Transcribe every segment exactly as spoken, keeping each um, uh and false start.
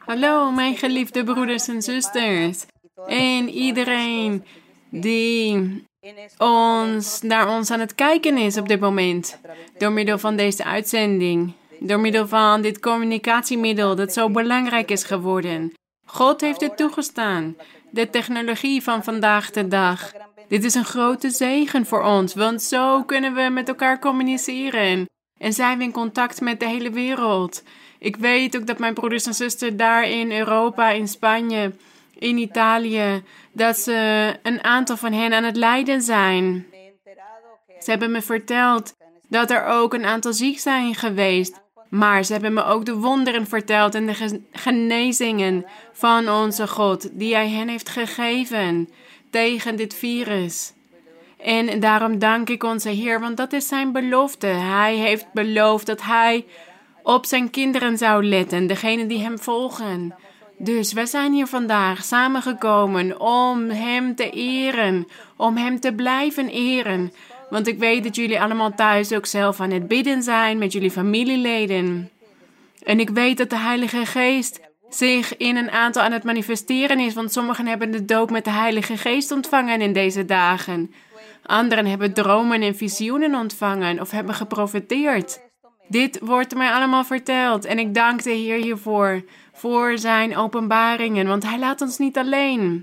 Hallo, mijn geliefde broeders en zusters. En iedereen die ons, naar ons aan het kijken is op dit moment. Door middel van deze uitzending. Door middel van dit communicatiemiddel dat zo belangrijk is geworden. God heeft het toegestaan. De technologie van vandaag de dag. Dit is een grote zegen voor ons, want zo kunnen we met elkaar communiceren. En zijn we in contact met de hele wereld. Ik weet ook dat mijn broeders en zusters daar in Europa, in Spanje, in Italië, dat ze een aantal van hen aan het lijden zijn. Ze hebben me verteld dat er ook een aantal ziek zijn geweest. Maar ze hebben me ook de wonderen verteld en de genezingen van onze God, die Hij hen heeft gegeven tegen dit virus. En daarom dank ik onze Heer, want dat is zijn belofte. Hij heeft beloofd dat Hij op zijn kinderen zou letten, degenen die Hem volgen. Dus wij zijn hier vandaag samengekomen om Hem te eren, om Hem te blijven eren. Want ik weet dat jullie allemaal thuis ook zelf aan het bidden zijn met jullie familieleden. En ik weet dat de Heilige Geest zich in een aantal aan het manifesteren is, want sommigen hebben de doop met de Heilige Geest ontvangen in deze dagen. Anderen hebben dromen en visioenen ontvangen of hebben geprofeteerd. Dit wordt mij allemaal verteld en ik dank de Heer hiervoor, voor zijn openbaringen, want Hij laat ons niet alleen.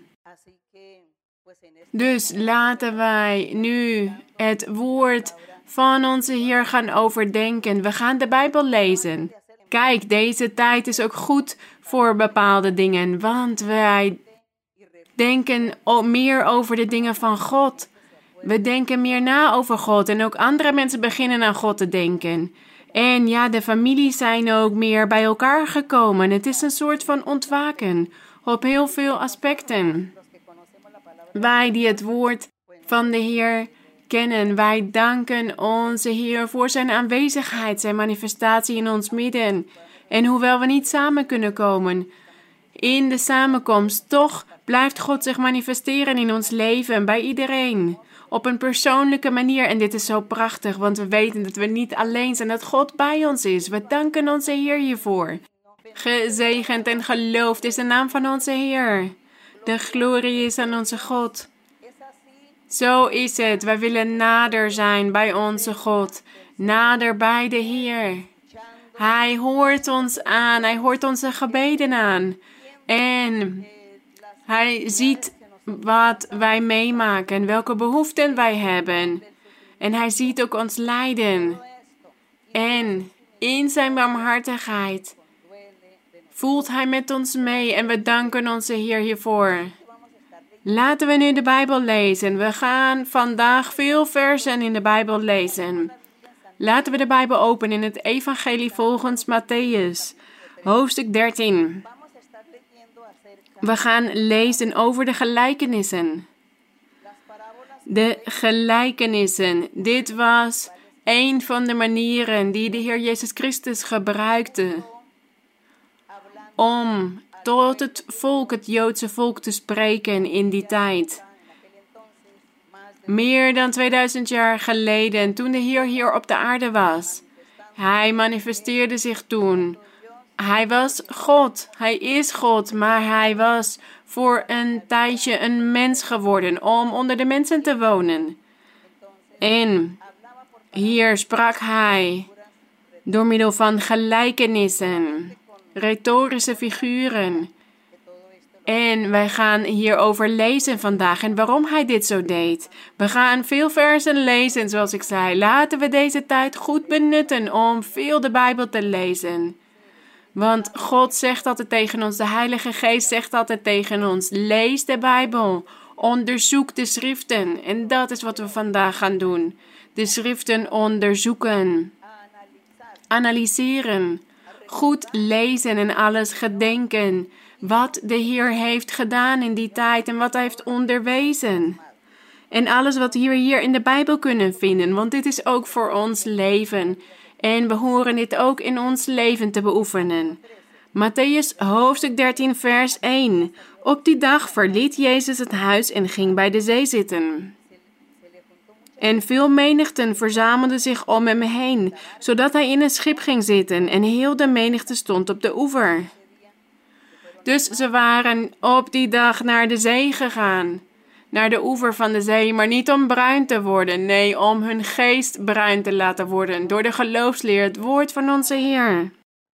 Dus laten wij nu het woord van onze Heer gaan overdenken. We gaan de Bijbel lezen. Kijk, deze tijd is ook goed voor bepaalde dingen, want wij denken meer over de dingen van God. We denken meer na over God en ook andere mensen beginnen aan God te denken. En ja, de families zijn ook meer bij elkaar gekomen. Het is een soort van ontwaken op heel veel aspecten. Wij die het woord van de Heer kennen, wij danken onze Heer voor zijn aanwezigheid, zijn manifestatie in ons midden. En hoewel we niet samen kunnen komen in de samenkomst, toch blijft God zich manifesteren in ons leven, bij iedereen. Op een persoonlijke manier. En dit is zo prachtig, want we weten dat we niet alleen zijn, dat God bij ons is. We danken onze Heer hiervoor. Gezegend en geloofd is de naam van onze Heer. De glorie is aan onze God. Zo is het. Wij willen nader zijn bij onze God. Nader bij de Heer. Hij hoort ons aan. Hij hoort onze gebeden aan. En Hij ziet wat wij meemaken, welke behoeften wij hebben. En Hij ziet ook ons lijden. En in zijn barmhartigheid voelt Hij met ons mee en we danken onze Heer hiervoor. Laten we nu de Bijbel lezen. We gaan vandaag veel versen in de Bijbel lezen. Laten we de Bijbel openen in het Evangelie volgens Mattheüs, hoofdstuk dertien. We gaan lezen over de gelijkenissen. De gelijkenissen. Dit was een van de manieren die de Heer Jezus Christus gebruikte om tot het volk, het Joodse volk, te spreken in die tijd. Meer dan tweeduizend jaar geleden, toen de Heer hier op de aarde was. Hij manifesteerde zich toen. Hij was God, Hij is God, maar Hij was voor een tijdje een mens geworden om onder de mensen te wonen. En hier sprak Hij door middel van gelijkenissen, retorische figuren. En wij gaan hierover lezen vandaag en waarom Hij dit zo deed. We gaan veel versen lezen, zoals ik zei. Laten we deze tijd goed benutten om veel de Bijbel te lezen. Want God zegt altijd tegen ons, de Heilige Geest zegt altijd tegen ons, lees de Bijbel, onderzoek de schriften. En dat is wat we vandaag gaan doen. De schriften onderzoeken, analyseren, goed lezen en alles gedenken. Wat de Heer heeft gedaan in die tijd en wat Hij heeft onderwezen. En alles wat we hier, hier in de Bijbel kunnen vinden, want dit is ook voor ons leven. En we horen dit ook in ons leven te beoefenen. Mattheüs hoofdstuk dertien vers één. Op die dag verliet Jezus het huis en ging bij de zee zitten. En veel menigten verzamelden zich om hem heen, zodat hij in een schip ging zitten en heel de menigte stond op de oever. Dus ze waren op die dag naar de zee gegaan. Naar de oever van de zee, maar niet om bruin te worden. Nee, om hun geest bruin te laten worden. Door de geloofsleer, het woord van onze Heer.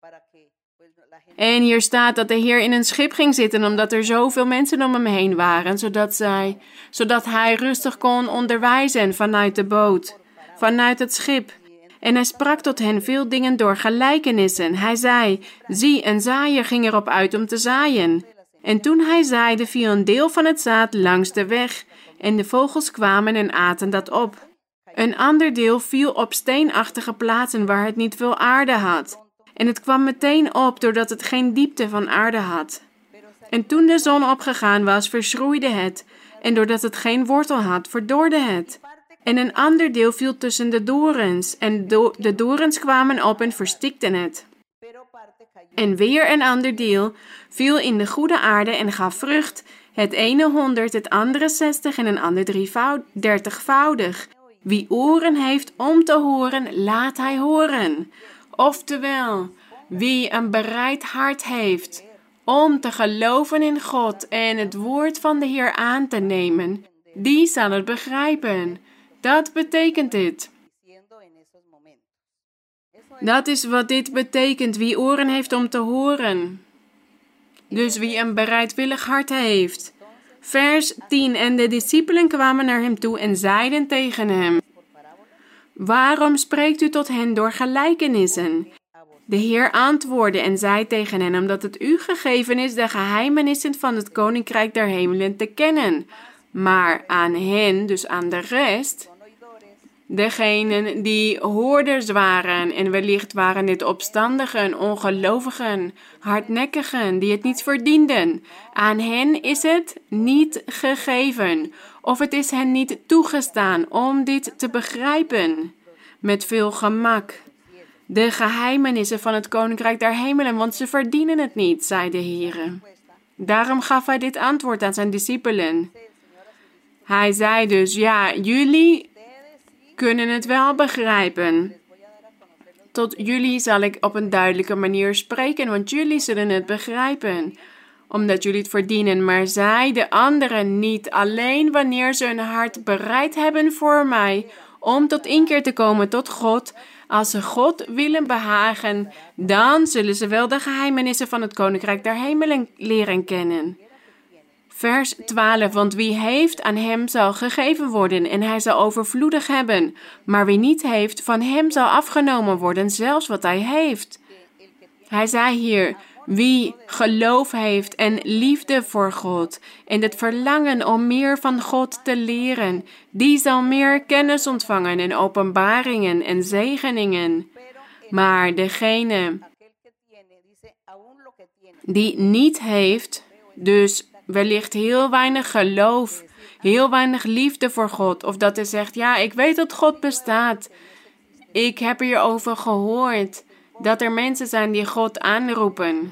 En hier staat dat de Heer in een schip ging zitten, omdat er zoveel mensen om hem heen waren. Zodat, zij, zodat hij rustig kon onderwijzen vanuit de boot, vanuit het schip. En hij sprak tot hen veel dingen door gelijkenissen. Hij zei, zie, een zaaier ging erop uit om te zaaien. En toen hij zaaide, viel een deel van het zaad langs de weg. En de vogels kwamen en aten dat op. Een ander deel viel op steenachtige plaatsen waar het niet veel aarde had. En het kwam meteen op, doordat het geen diepte van aarde had. En toen de zon opgegaan was, verschroeide het. En doordat het geen wortel had, verdorde het. En een ander deel viel tussen de dorens. En do- de dorens kwamen op en verstikten het. En weer een ander deel viel in de goede aarde en gaf vrucht. Het ene honderd, het andere zestig en een ander drievoudig, dertigvoudig. Wie oren heeft om te horen, laat hij horen. Oftewel, wie een bereid hart heeft om te geloven in God en het woord van de Heer aan te nemen, die zal het begrijpen. Dat betekent dit. Dat is wat dit betekent, wie oren heeft om te horen. Dus wie een bereidwillig hart heeft. Vers tien. En de discipelen kwamen naar hem toe en zeiden tegen hem, waarom spreekt u tot hen door gelijkenissen? De Heer antwoordde en zei tegen hen, omdat het u gegeven is de geheimenissen van het koninkrijk der hemelen te kennen. Maar aan hen, dus aan de rest, degenen die hoorders waren, en wellicht waren dit opstandigen, ongelovigen, hardnekkigen, die het niet verdienden. Aan hen is het niet gegeven, of het is hen niet toegestaan om dit te begrijpen, met veel gemak. De geheimenissen van het koninkrijk der hemelen, want ze verdienen het niet, zei de Heer. Daarom gaf hij dit antwoord aan zijn discipelen. Hij zei dus, ja, jullie kunnen het wel begrijpen. Tot jullie zal ik op een duidelijke manier spreken, want jullie zullen het begrijpen, omdat jullie het verdienen. Maar zij, de anderen, niet, alleen wanneer ze hun hart bereid hebben voor mij, om tot inkeer te komen tot God. Als ze God willen behagen, dan zullen ze wel de geheimenissen van het koninkrijk der hemelen leren kennen. Vers twaalf, want wie heeft, aan hem zal gegeven worden en hij zal overvloedig hebben. Maar wie niet heeft, van hem zal afgenomen worden, zelfs wat hij heeft. Hij zei hier, wie geloof heeft en liefde voor God en het verlangen om meer van God te leren, die zal meer kennis ontvangen en openbaringen en zegeningen. Maar degene die niet heeft, dus wellicht heel weinig geloof, heel weinig liefde voor God, of dat hij zegt, ja, ik weet dat God bestaat. Ik heb hierover gehoord, dat er mensen zijn die God aanroepen.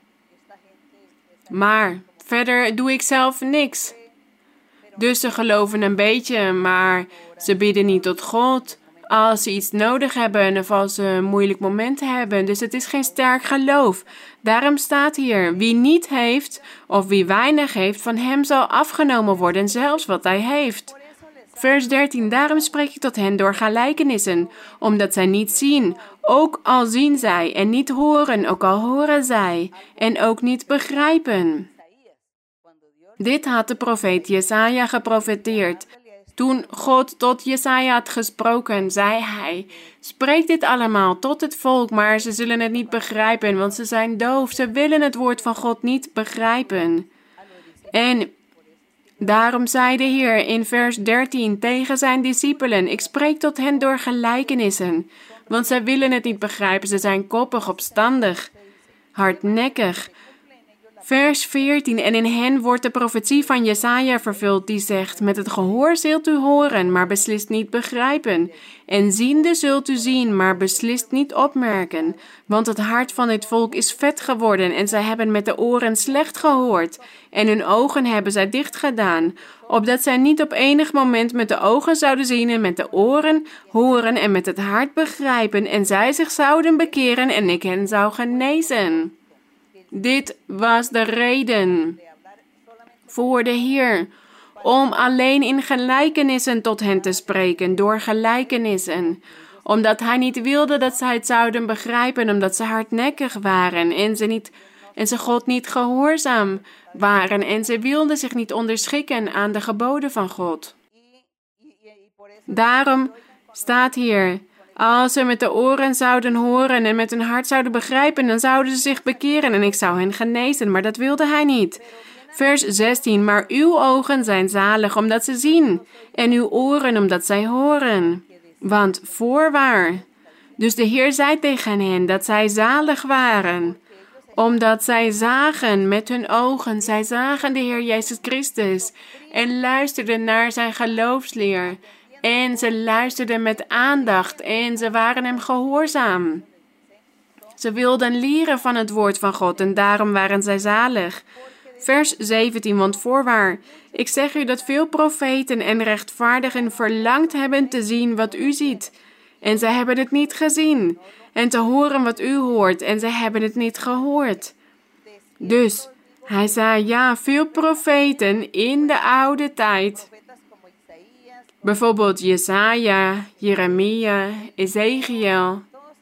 Maar verder doe ik zelf niks. Dus ze geloven een beetje, maar ze bidden niet tot God als ze iets nodig hebben of als ze een moeilijk moment hebben. Dus het is geen sterk geloof. Daarom staat hier, wie niet heeft of wie weinig heeft, van hem zal afgenomen worden, zelfs wat hij heeft. Vers dertien, daarom spreek ik tot hen door gelijkenissen, omdat zij niet zien, ook al zien zij, en niet horen, ook al horen zij, en ook niet begrijpen. Dit had de profeet Jesaja geprofeteerd. Toen God tot Jesaja had gesproken, zei hij, spreek dit allemaal tot het volk, maar ze zullen het niet begrijpen, want ze zijn doof, ze willen het woord van God niet begrijpen. En daarom zei de Heer in vers dertien tegen zijn discipelen, ik spreek tot hen door gelijkenissen, want zij willen het niet begrijpen, ze zijn koppig, opstandig, hardnekkig. Vers veertien, en in hen wordt de profetie van Jesaja vervuld, die zegt, met het gehoor zult u horen, maar beslist niet begrijpen. En ziende zult u zien, maar beslist niet opmerken. Want het hart van dit volk is vet geworden, en zij hebben met de oren slecht gehoord. En hun ogen hebben zij dicht gedaan, opdat zij niet op enig moment met de ogen zouden zien en met de oren horen en met het hart begrijpen, en zij zich zouden bekeren en ik hen zou genezen. Dit was de reden voor de Heer, om alleen in gelijkenissen tot hen te spreken, door gelijkenissen. Omdat hij niet wilde dat zij het zouden begrijpen, omdat ze hardnekkig waren en ze, niet, en ze God niet gehoorzaam waren. En ze wilden zich niet onderschikken aan de geboden van God. Daarom staat hier, als ze met de oren zouden horen en met hun hart zouden begrijpen, dan zouden ze zich bekeren en ik zou hen genezen. Maar dat wilde hij niet. Vers zestien, maar uw ogen zijn zalig omdat ze zien en uw oren omdat zij horen. Want voorwaar, dus de Heer zei tegen hen dat zij zalig waren, omdat zij zagen met hun ogen, zij zagen de Heer Jezus Christus en luisterden naar zijn geloofsleer. En ze luisterden met aandacht en ze waren hem gehoorzaam. Ze wilden leren van het woord van God en daarom waren zij zalig. Vers zeventien, want voorwaar, ik zeg u dat veel profeten en rechtvaardigen verlangd hebben te zien wat u ziet. En zij hebben het niet gezien. En te horen wat u hoort. En zij hebben het niet gehoord. Dus hij zei, ja, veel profeten in de oude tijd. Bijvoorbeeld Jesaja, Jeremia, Ezekiel.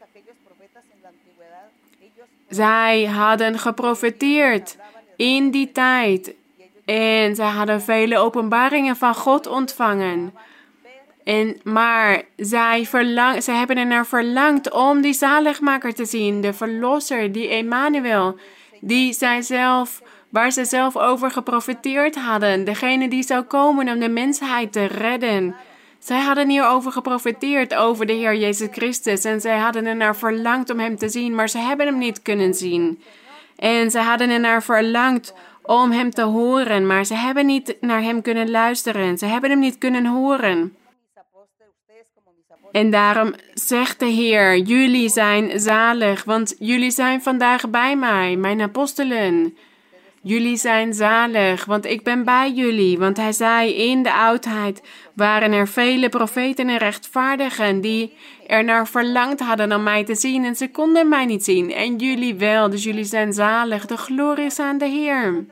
Zij hadden geprofeteerd in die tijd. En zij hadden vele openbaringen van God ontvangen. En, maar zij, verlang, zij hebben er naar verlangd om die zaligmaker te zien. De verlosser, die Emmanuel. Die zij zelf, waar ze zelf over geprofeteerd hadden. Degene die zou komen om de mensheid te redden. Zij hadden hierover geprofeteerd over de Heer Jezus Christus. En zij hadden er naar verlangd om hem te zien. Maar ze hebben hem niet kunnen zien. En zij hadden er naar verlangd om hem te horen. Maar ze hebben niet naar hem kunnen luisteren. Ze hebben hem niet kunnen horen. En daarom zegt de Heer, jullie zijn zalig, want jullie zijn vandaag bij mij, mijn apostelen. Jullie zijn zalig, want ik ben bij jullie. Want hij zei, in de oudheid waren er vele profeten en rechtvaardigen die er naar verlangd hadden om mij te zien en ze konden mij niet zien. En jullie wel, dus jullie zijn zalig. De glorie is aan de Heer.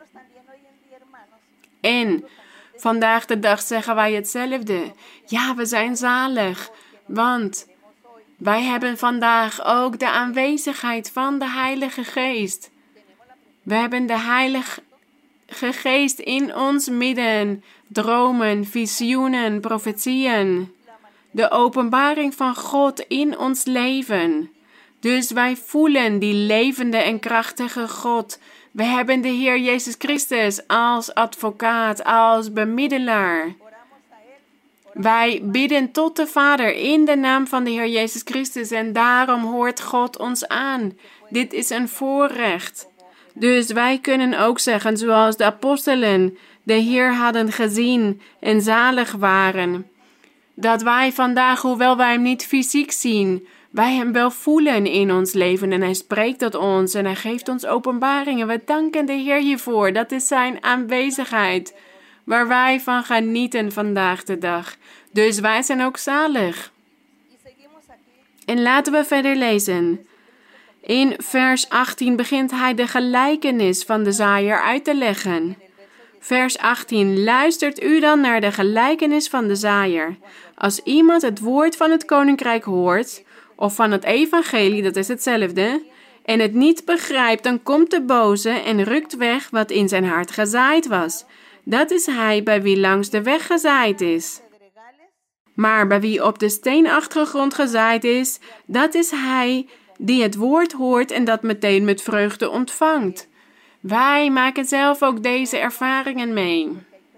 En vandaag de dag zeggen wij hetzelfde. Ja, we zijn zalig. Want wij hebben vandaag ook de aanwezigheid van de Heilige Geest. We hebben de Heilige Geest in ons midden. Dromen, visioenen, profetieën. De openbaring van God in ons leven. Dus wij voelen die levende en krachtige God. We hebben de Heer Jezus Christus als advocaat, als bemiddelaar. Wij bidden tot de Vader in de naam van de Heer Jezus Christus en daarom hoort God ons aan. Dit is een voorrecht. Dus wij kunnen ook zeggen, zoals de apostelen de Heer hadden gezien en zalig waren, dat wij vandaag, hoewel wij hem niet fysiek zien, wij hem wel voelen in ons leven en hij spreekt tot ons en hij geeft ons openbaringen. We danken de Heer hiervoor. Dat is zijn aanwezigheid, waar wij van genieten vandaag de dag. Dus wij zijn ook zalig. En laten we verder lezen. In vers achttien begint hij de gelijkenis van de zaaier uit te leggen. Vers achttien. Luistert u dan naar de gelijkenis van de zaaier. Als iemand het woord van het koninkrijk hoort, of van het evangelie, dat is hetzelfde, en het niet begrijpt, dan komt de boze en rukt weg wat in zijn hart gezaaid was. Dat is hij bij wie langs de weg gezaaid is. Maar bij wie op de steenachtige grond gezaaid is, dat is hij die het woord hoort en dat meteen met vreugde ontvangt. Wij maken zelf ook deze ervaringen mee.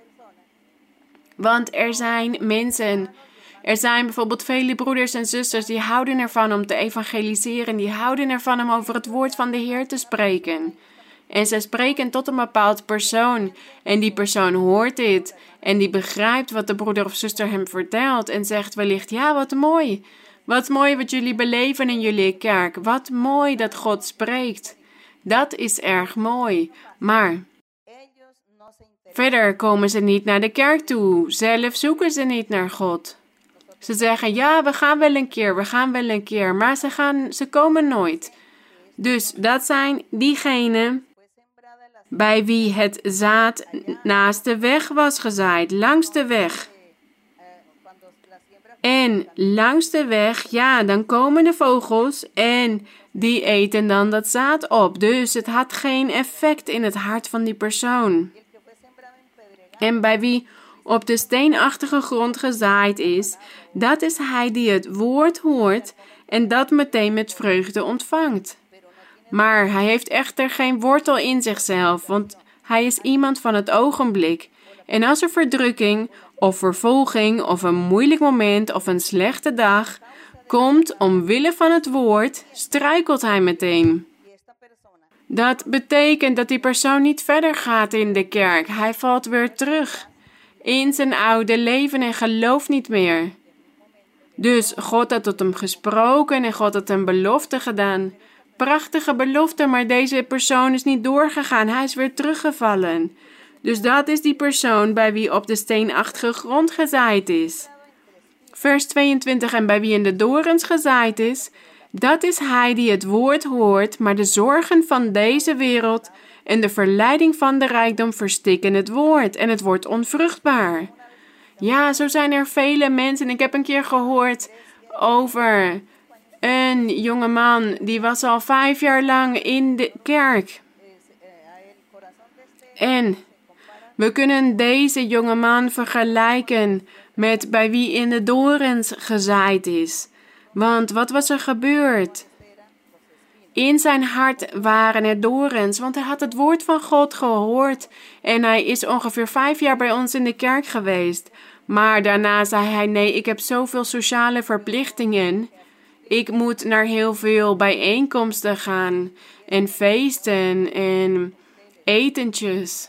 Want er zijn mensen, er zijn bijvoorbeeld vele broeders en zusters die houden ervan om te evangeliseren, die houden ervan om over het woord van de Heer te spreken. En zij spreken tot een bepaald persoon en die persoon hoort dit en die begrijpt wat de broeder of zuster hem vertelt en zegt wellicht, ja, wat mooi. Wat mooi wat jullie beleven in jullie kerk. Wat mooi dat God spreekt. Dat is erg mooi. Maar verder komen ze niet naar de kerk toe. Zelf zoeken ze niet naar God. Ze zeggen, ja, we gaan wel een keer, we gaan wel een keer. Maar ze, gaan, ze komen nooit. Dus dat zijn diegenen bij wie het zaad naast de weg was gezaaid, langs de weg. En langs de weg, ja, dan komen de vogels en die eten dan dat zaad op. Dus het had geen effect in het hart van die persoon. En bij wie op de steenachtige grond gezaaid is, dat is hij die het woord hoort en dat meteen met vreugde ontvangt. Maar hij heeft echter geen wortel in zichzelf, want hij is iemand van het ogenblik. En als er verdrukking of vervolging of een moeilijk moment of een slechte dag komt omwille van het woord, struikelt hij meteen. Dat betekent dat die persoon niet verder gaat in de kerk. Hij valt weer terug in zijn oude leven en gelooft niet meer. Dus God had tot hem gesproken en God had een belofte gedaan. Prachtige belofte, maar deze persoon is niet doorgegaan. Hij is weer teruggevallen. Dus dat is die persoon bij wie op de steenachtige grond gezaaid is. Vers tweeëntwintig, en bij wie in de dorens gezaaid is, dat is hij die het woord hoort, maar de zorgen van deze wereld en de verleiding van de rijkdom verstikken het woord en het wordt onvruchtbaar. Ja, zo zijn er vele mensen. Ik heb een keer gehoord over een jongeman, die was al vijf jaar lang in de kerk. En we kunnen deze jongeman vergelijken met bij wie in de dorens gezaaid is. Want wat was er gebeurd? In zijn hart waren er dorens, want hij had het woord van God gehoord. En hij is ongeveer vijf jaar bij ons in de kerk geweest. Maar daarna zei hij, nee, ik heb zoveel sociale verplichtingen. Ik moet naar heel veel bijeenkomsten gaan en feesten en etentjes.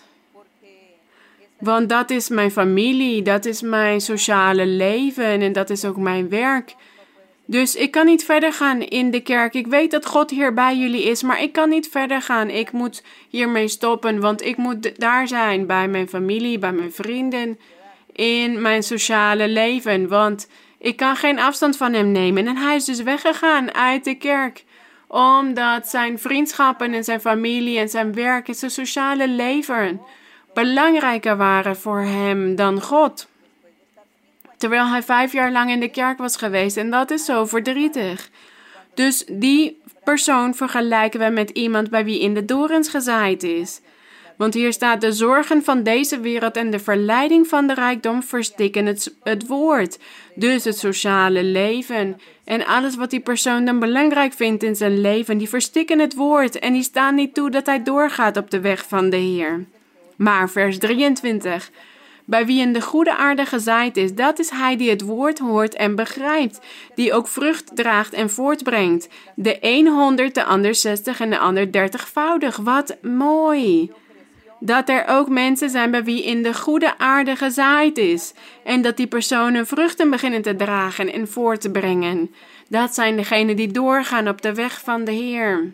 Want dat is mijn familie, dat is mijn sociale leven en dat is ook mijn werk. Dus ik kan niet verder gaan in de kerk. Ik weet dat God hier bij jullie is, maar ik kan niet verder gaan. Ik moet hiermee stoppen, want ik moet daar zijn bij mijn familie, bij mijn vrienden, in mijn sociale leven. Want ik kan geen afstand van hem nemen. En hij is dus weggegaan uit de kerk, omdat zijn vriendschappen en zijn familie en zijn werk en zijn sociale leven belangrijker waren voor hem dan God. Terwijl hij vijf jaar lang in de kerk was geweest. En dat is zo verdrietig. Dus die persoon vergelijken we met iemand bij wie in de dorens gezaaid is. Want hier staat, de zorgen van deze wereld en de verleiding van de rijkdom verstikken het, het woord. Dus het sociale leven en alles wat die persoon dan belangrijk vindt in zijn leven, die verstikken het woord en die staan niet toe dat hij doorgaat op de weg van de Heer. Maar vers drieëntwintig, bij wie in de goede aarde gezaaid is, dat is hij die het woord hoort en begrijpt, die ook vrucht draagt en voortbrengt. De een honderd, de ander zestig en de ander dertigvoudig. Wat mooi! Dat er ook mensen zijn bij wie in de goede aarde gezaaid is. En dat die personen vruchten beginnen te dragen en voort te brengen. Dat zijn degenen die doorgaan op de weg van de Heer.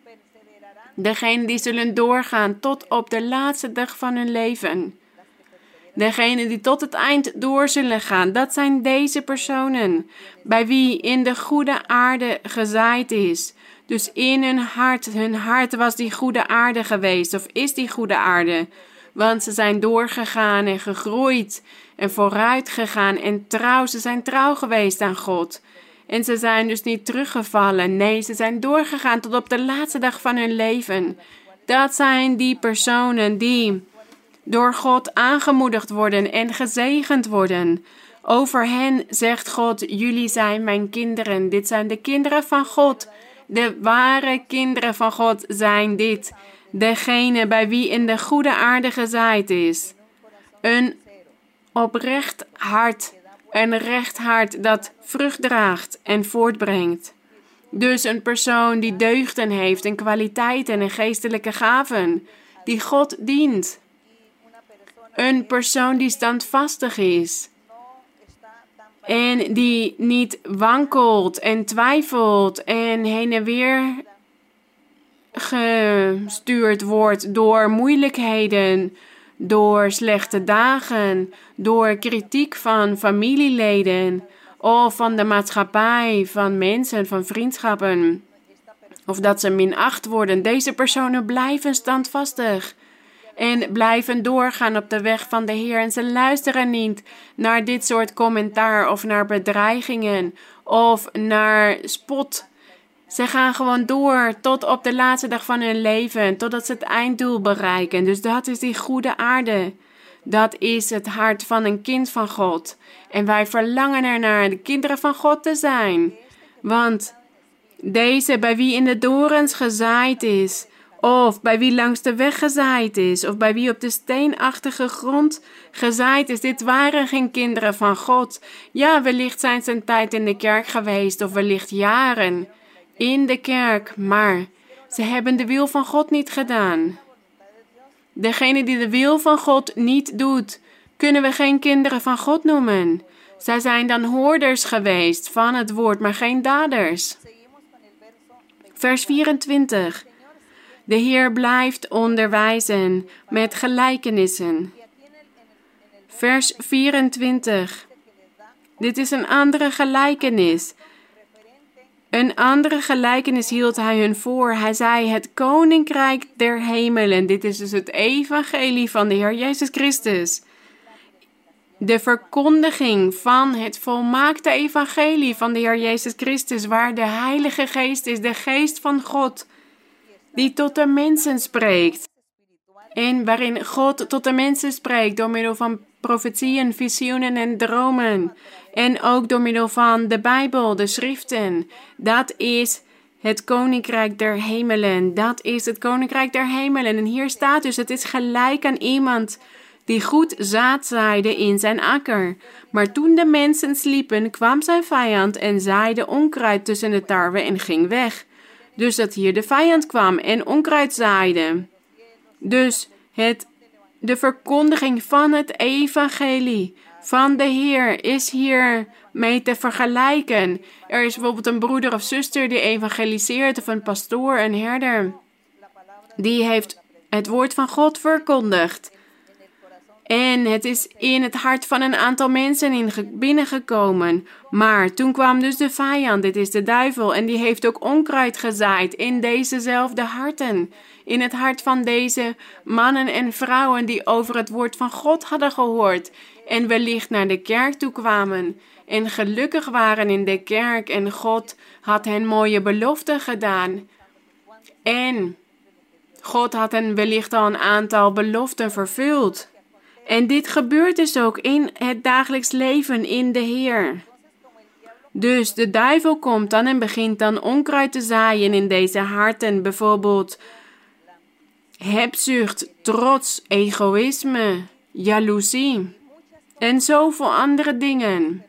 Degenen die zullen doorgaan tot op de laatste dag van hun leven. Degenen die tot het eind door zullen gaan, dat zijn deze personen. Bij wie in de goede aarde gezaaid is. Dus in hun hart, hun hart was die goede aarde geweest, of is die goede aarde. Want ze zijn doorgegaan en gegroeid en vooruit gegaan en trouw. Ze zijn trouw geweest aan God. En ze zijn dus niet teruggevallen. Nee, ze zijn doorgegaan tot op de laatste dag van hun leven. Dat zijn die personen die door God aangemoedigd worden en gezegend worden. Over hen zegt God, jullie zijn mijn kinderen. Dit zijn de kinderen van God. De ware kinderen van God zijn dit. Degene bij wie in de goede aarde gezaaid is. Een oprecht hart. Een recht hart dat vrucht draagt en voortbrengt. Dus een persoon die deugden heeft en kwaliteiten en geestelijke gaven. Die God dient. Een persoon die standvastig is. En die niet wankelt en twijfelt en heen en weer gestuurd wordt door moeilijkheden, door slechte dagen, door kritiek van familieleden of van de maatschappij, van mensen, van vriendschappen. Of dat ze minacht worden. Deze personen blijven standvastig. en blijven doorgaan op de weg van de Heer. En ze luisteren niet naar dit soort commentaar of naar bedreigingen of naar spot. Ze gaan gewoon door tot op de laatste dag van hun leven, totdat ze het einddoel bereiken. Dus dat is die goede aarde. Dat is het hart van een kind van God. En wij verlangen ernaar de kinderen van God te zijn. Want deze bij wie in de dorens gezaaid is, of bij wie langs de weg gezaaid is, of bij wie op de steenachtige grond gezaaid is, dit waren geen kinderen van God. Ja, wellicht zijn ze een tijd in de kerk geweest, of wellicht jaren in de kerk, maar ze hebben de wil van God niet gedaan. Degene die de wil van God niet doet, kunnen we geen kinderen van God noemen. Zij zijn dan hoorders geweest van het woord, maar geen daders. Vers vierentwintig. De Heer blijft onderwijzen met gelijkenissen. Vers vierentwintig. Dit is een andere gelijkenis. Een andere gelijkenis hield hij hun voor. Hij zei, het koninkrijk der hemelen. Dit is dus het evangelie van de Heer Jezus Christus. De verkondiging van het volmaakte evangelie van de Heer Jezus Christus, waar de Heilige Geest is, de Geest van God, die tot de mensen spreekt. En waarin God tot de mensen spreekt door middel van profetieën, visioenen en dromen. En ook door middel van de Bijbel, de schriften. Dat is het koninkrijk der hemelen. Dat is het koninkrijk der hemelen. En hier staat dus, het is gelijk aan iemand die goed zaad zaaide in zijn akker. Maar toen de mensen sliepen, kwam zijn vijand en zaaide onkruid tussen de tarwe en ging weg. Dus dat hier de vijand kwam en onkruid zaaide. Dus het, de verkondiging van het evangelie van de Heer is hier mee te vergelijken. Er is bijvoorbeeld een broeder of zuster die evangeliseert, of een pastoor, een herder. Die heeft het woord van God verkondigd. En het is in het hart van een aantal mensen in binnengekomen. Maar toen kwam dus de vijand, dit is de duivel. En die heeft ook onkruid gezaaid in dezezelfde harten. In het hart van deze mannen en vrouwen die over het woord van God hadden gehoord. En wellicht naar de kerk toe kwamen. En gelukkig waren in de kerk. En God had hen mooie beloften gedaan. En God had hen wellicht al een aantal beloften vervuld. En dit gebeurt dus ook in het dagelijks leven in de Heer. Dus de duivel komt dan en begint dan onkruid te zaaien in deze harten. Bijvoorbeeld hebzucht, trots, egoïsme, jaloezie en zoveel andere dingen.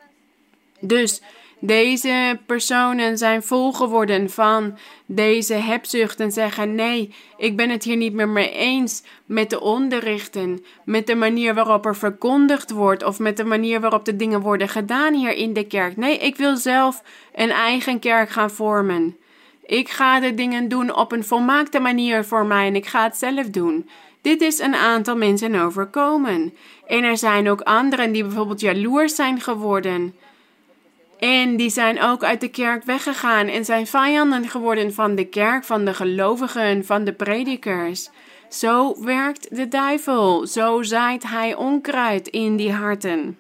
Dus deze personen zijn vol geworden van deze hebzucht en zeggen, nee, ik ben het hier niet meer mee eens met de onderrichten, met de manier waarop er verkondigd wordt of met de manier waarop de dingen worden gedaan hier in de kerk. Nee, ik wil zelf een eigen kerk gaan vormen. Ik ga de dingen doen op een volmaakte manier voor mij en ik ga het zelf doen. Dit is een aantal mensen overkomen. En er zijn ook anderen die bijvoorbeeld jaloers zijn geworden. En die zijn ook uit de kerk weggegaan en zijn vijanden geworden van de kerk, van de gelovigen, van de predikers. Zo werkt de duivel. Zo zaait hij onkruid in die harten.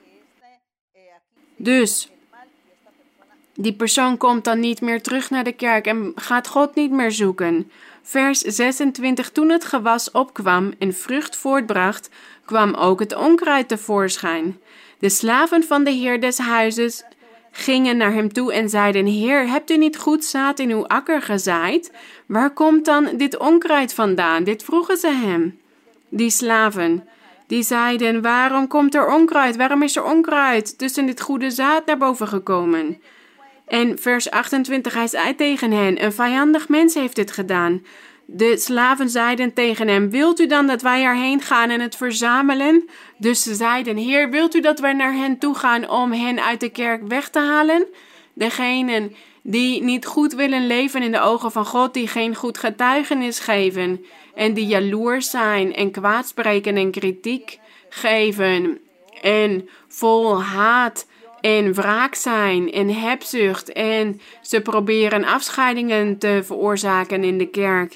Dus die persoon komt dan niet meer terug naar de kerk en gaat God niet meer zoeken. Vers zesentwintig. Toen het gewas opkwam en vrucht voortbracht, kwam ook het onkruid tevoorschijn. De slaven van de heer des huizes gingen naar hem toe en zeiden, Heer, hebt u niet goed zaad in uw akker gezaaid? Waar komt dan dit onkruid vandaan? Dit vroegen ze hem. Die slaven, die zeiden, waarom komt er onkruid? Waarom is er onkruid tussen dit goede zaad naar boven gekomen? En vers achtentwintig, hij zei tegen hen, een vijandig mens heeft dit gedaan. De slaven zeiden tegen hem, wilt u dan dat wij erheen gaan en het verzamelen? Dus ze zeiden, Heer, wilt u dat wij naar hen toe gaan om hen uit de kerk weg te halen? Degenen die niet goed willen leven in de ogen van God, die geen goed getuigenis geven en die jaloers zijn en kwaadspreken en kritiek geven en vol haat en wraak zijn en hebzucht en ze proberen afscheidingen te veroorzaken in de kerk.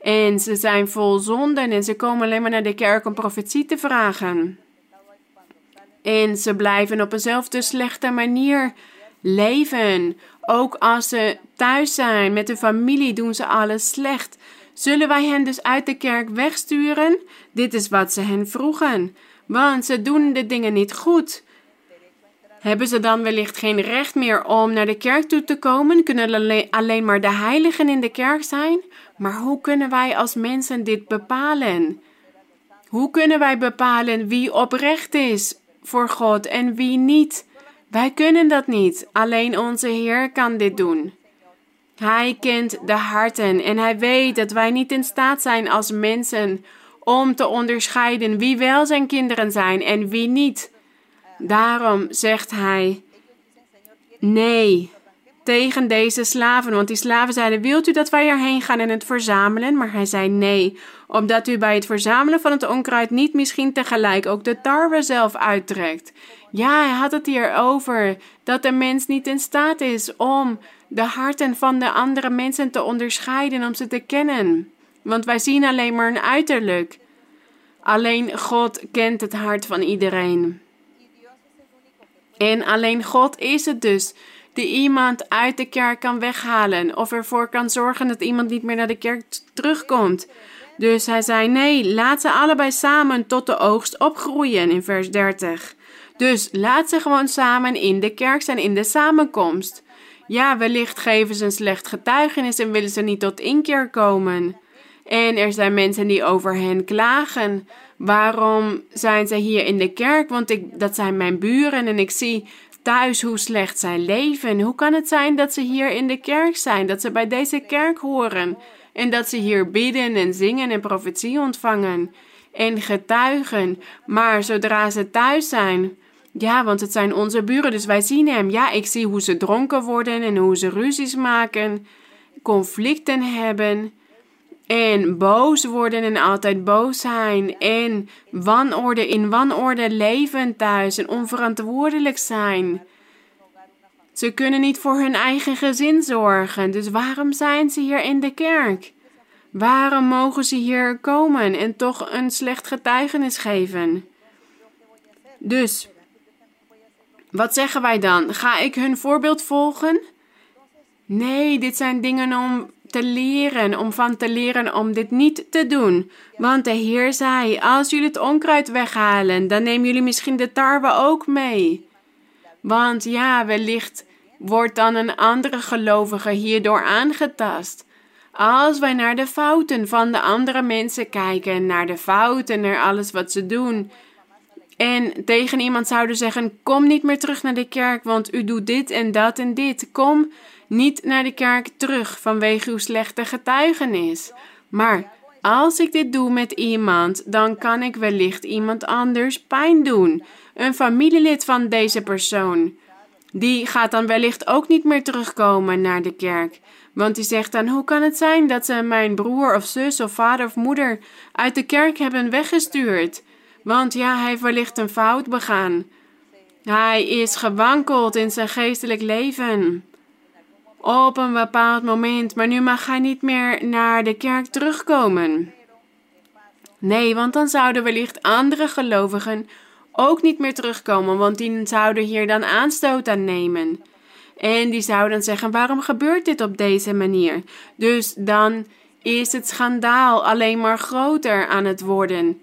En ze zijn vol zonden en ze komen alleen maar naar de kerk om profetie te vragen. En ze blijven op eenzelfde slechte manier leven. Ook als ze thuis zijn met de familie doen ze alles slecht. Zullen wij hen dus uit de kerk wegsturen? Dit is wat ze hen vroegen. Want ze doen de dingen niet goed. Hebben ze dan wellicht geen recht meer om naar de kerk toe te komen? Kunnen alleen maar de heiligen in de kerk zijn? Maar hoe kunnen wij als mensen dit bepalen? Hoe kunnen wij bepalen wie oprecht is voor God en wie niet? Wij kunnen dat niet. Alleen onze Heer kan dit doen. Hij kent de harten en hij weet dat wij niet in staat zijn als mensen om te onderscheiden wie wel zijn kinderen zijn en wie niet. Daarom zegt hij nee tegen deze slaven. Want die slaven zeiden, wilt u dat wij erheen gaan en het verzamelen? Maar hij zei nee, omdat u bij het verzamelen van het onkruid niet misschien tegelijk ook de tarwe zelf uittrekt. Ja, hij had het hier over dat de mens niet in staat is om de harten van de andere mensen te onderscheiden, om ze te kennen. Want wij zien alleen maar een uiterlijk. Alleen God kent het hart van iedereen. En alleen God is het dus die iemand uit de kerk kan weghalen of ervoor kan zorgen dat iemand niet meer naar de kerk terugkomt. Dus hij zei nee, laat ze allebei samen tot de oogst opgroeien in vers dertig. Dus laat ze gewoon samen in de kerk zijn, in de samenkomst. Ja, wellicht geven ze een slecht getuigenis en willen ze niet tot inkeer komen. En er zijn mensen die over hen klagen. Waarom zijn ze hier in de kerk? Want ik, dat zijn mijn buren en ik zie thuis hoe slecht zij leven. Hoe kan het zijn dat ze hier in de kerk zijn? Dat ze bij deze kerk horen. En dat ze hier bidden en zingen en profetie ontvangen. En getuigen. Maar zodra ze thuis zijn... Ja, want het zijn onze buren, dus wij zien hem. Ja, ik zie hoe ze dronken worden en hoe ze ruzies maken. Conflicten hebben. En boos worden en altijd boos zijn. En wanorde in wanorde leven thuis en onverantwoordelijk zijn. Ze kunnen niet voor hun eigen gezin zorgen. Dus waarom zijn ze hier in de kerk? Waarom mogen ze hier komen en toch een slecht getuigenis geven? Dus, wat zeggen wij dan? Ga ik hun voorbeeld volgen? Nee, dit zijn dingen om te leren, om van te leren om dit niet te doen. Want de Heer zei, als jullie het onkruid weghalen, dan nemen jullie misschien de tarwe ook mee. Want ja, wellicht wordt dan een andere gelovige hierdoor aangetast. Als wij naar de fouten van de andere mensen kijken, naar de fouten, naar alles wat ze doen, en tegen iemand zouden zeggen, kom niet meer terug naar de kerk, want u doet dit en dat en dit. Kom niet naar de kerk terug vanwege uw slechte getuigenis. Maar als ik dit doe met iemand, dan kan ik wellicht iemand anders pijn doen. Een familielid van deze persoon. Die gaat dan wellicht ook niet meer terugkomen naar de kerk. Want die zegt dan, hoe kan het zijn dat ze mijn broer of zus of vader of moeder uit de kerk hebben weggestuurd? Want ja, hij heeft wellicht een fout begaan. Hij is gewankeld in zijn geestelijk leven. Op een bepaald moment, maar nu mag hij niet meer naar de kerk terugkomen. Nee, want dan zouden wellicht andere gelovigen ook niet meer terugkomen, want die zouden hier dan aanstoot aan nemen. En die zouden zeggen, waarom gebeurt dit op deze manier? Dus dan is het schandaal alleen maar groter aan het worden.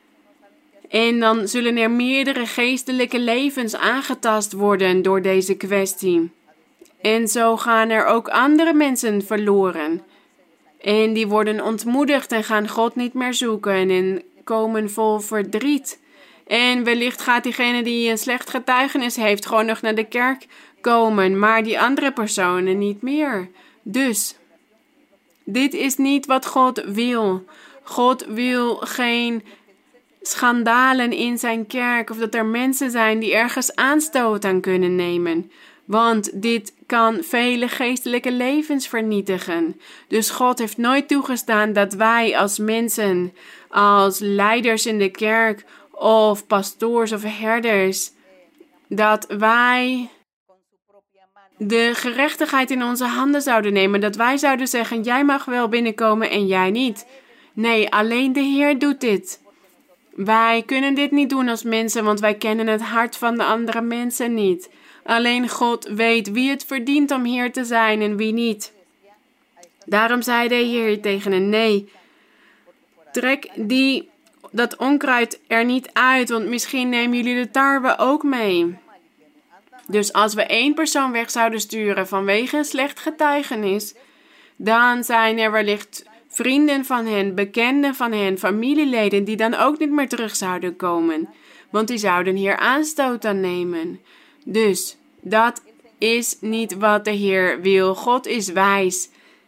En dan zullen er meerdere geestelijke levens aangetast worden door deze kwestie. En zo gaan er ook andere mensen verloren. En die worden ontmoedigd en gaan God niet meer zoeken en komen vol verdriet. En wellicht gaat diegene die een slecht getuigenis heeft gewoon nog naar de kerk komen, maar die andere personen niet meer. Dus, dit is niet wat God wil. God wil geen schandalen in zijn kerk of dat er mensen zijn die ergens aanstoot aan kunnen nemen. Want dit kan vele geestelijke levens vernietigen. Dus God heeft nooit toegestaan dat wij als mensen, als leiders in de kerk of pastoors of herders, dat wij de gerechtigheid in onze handen zouden nemen. Dat wij zouden zeggen, jij mag wel binnenkomen en jij niet. Nee, alleen de Heer doet dit. Wij kunnen dit niet doen als mensen, want wij kennen het hart van de andere mensen niet. Alleen God weet wie het verdient om hier te zijn en wie niet. Daarom zei de Heer tegen hen, nee, trek die, dat onkruid er niet uit, want misschien nemen jullie de tarwe ook mee. Dus als we één persoon weg zouden sturen vanwege een slecht getuigenis, dan zijn er wellicht vrienden van hen, bekenden van hen, familieleden die dan ook niet meer terug zouden komen. Want die zouden hier aanstoot aan nemen. Dus dat is niet wat de Heer wil. God is wijs.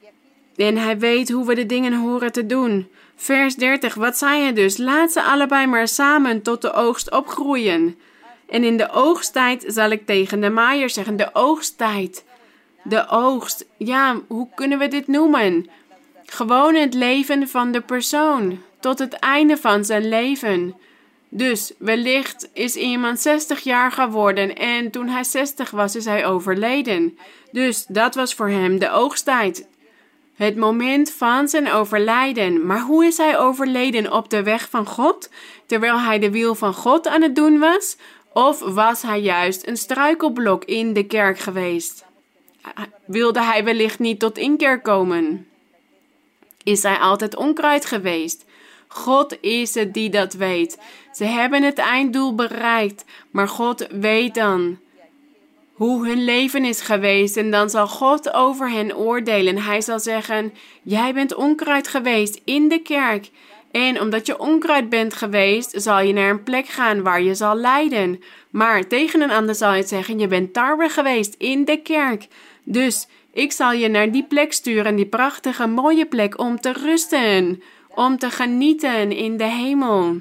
En hij weet hoe we de dingen horen te doen. Vers dertig, wat zei hij dus? Laat ze allebei maar samen tot de oogst opgroeien. En in de oogsttijd zal ik tegen de maaier zeggen, de oogsttijd. De oogst, ja, hoe kunnen we dit noemen? Gewoon het leven van de persoon, tot het einde van zijn leven. Dus wellicht is iemand zestig jaar geworden en toen hij zestig was, is hij overleden. Dus dat was voor hem de oogsttijd. Het moment van zijn overlijden. Maar hoe is hij overleden? Op de weg van God? Terwijl hij de wil van God aan het doen was? Of was hij juist een struikelblok in de kerk geweest? Wilde hij wellicht niet tot inkeer komen? Is hij altijd onkruid geweest? God is het die dat weet. Ze hebben het einddoel bereikt, maar God weet dan hoe hun leven is geweest en dan zal God over hen oordelen. Hij zal zeggen, jij bent onkruid geweest in de kerk. En omdat je onkruid bent geweest, zal je naar een plek gaan waar je zal lijden. Maar tegen een ander zal je zeggen, je bent tarwe geweest in de kerk. Dus ik zal je naar die plek sturen, die prachtige mooie plek om te rusten. Om te genieten in de hemel.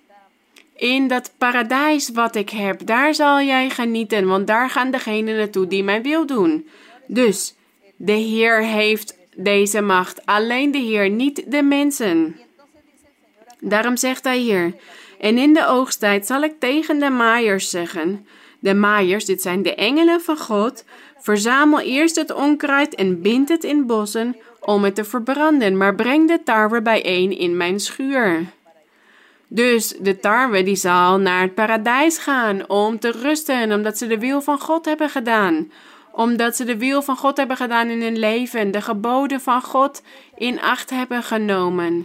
In dat paradijs wat ik heb, daar zal jij genieten, want daar gaan degenen naartoe die mijn wil doen. Dus de Heer heeft deze macht, alleen de Heer, niet de mensen. Daarom zegt hij hier, en in de oogsttijd zal ik tegen de maaiers zeggen, de maaiers, dit zijn de engelen van God, verzamel eerst het onkruid en bind het in bossen om het te verbranden, maar breng de tarwe bijeen in mijn schuur. Dus de tarwe die zal naar het paradijs gaan om te rusten, omdat ze de wil van God hebben gedaan. Omdat ze de wil van God hebben gedaan in hun leven, de geboden van God in acht hebben genomen.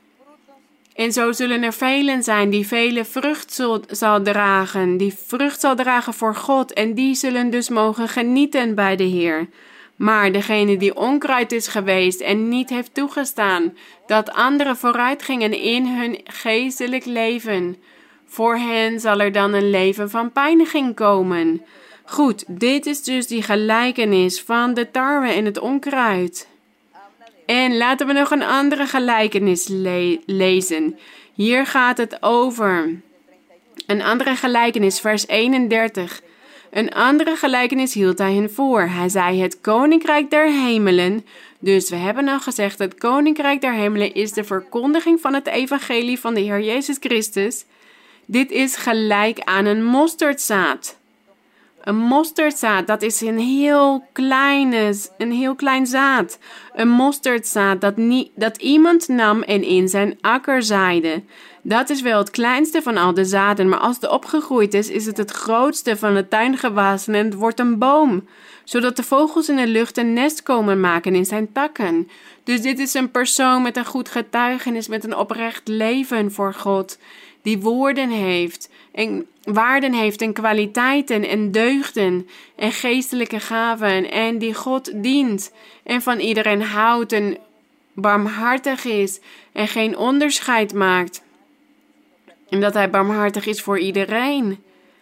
En zo zullen er velen zijn die vele vrucht zal, zal dragen, die vrucht zal dragen voor God en die zullen dus mogen genieten bij de Heer. Maar degene die onkruid is geweest en niet heeft toegestaan dat anderen vooruit gingen in hun geestelijk leven, voor hen zal er dan een leven van pijniging komen. Goed, dit is dus die gelijkenis van de tarwe en het onkruid. En laten we nog een andere gelijkenis le- lezen. Hier gaat het over een andere gelijkenis, vers eenendertig. Een andere gelijkenis hield hij hen voor. Hij zei, het koninkrijk der hemelen. Dus we hebben al gezegd, het koninkrijk der hemelen is de verkondiging van het evangelie van de Heer Jezus Christus. Dit is gelijk aan een mosterdzaad. Een mosterdzaad, dat is een heel, kleine, een heel klein zaad. Een mosterdzaad dat, niet, dat iemand nam en in zijn akker zaaide. Dat is wel het kleinste van al de zaden, maar als het opgegroeid is, is het het grootste van de tuingewassen en het wordt een boom. Zodat de vogels in de lucht een nest komen maken in zijn takken. Dus dit is een persoon met een goed getuigenis, met een oprecht leven voor God. Die woorden heeft en waarden heeft en kwaliteiten en deugden en geestelijke gaven en die God dient en van iedereen houdt en barmhartig is en geen onderscheid maakt. En dat hij barmhartig is voor iedereen.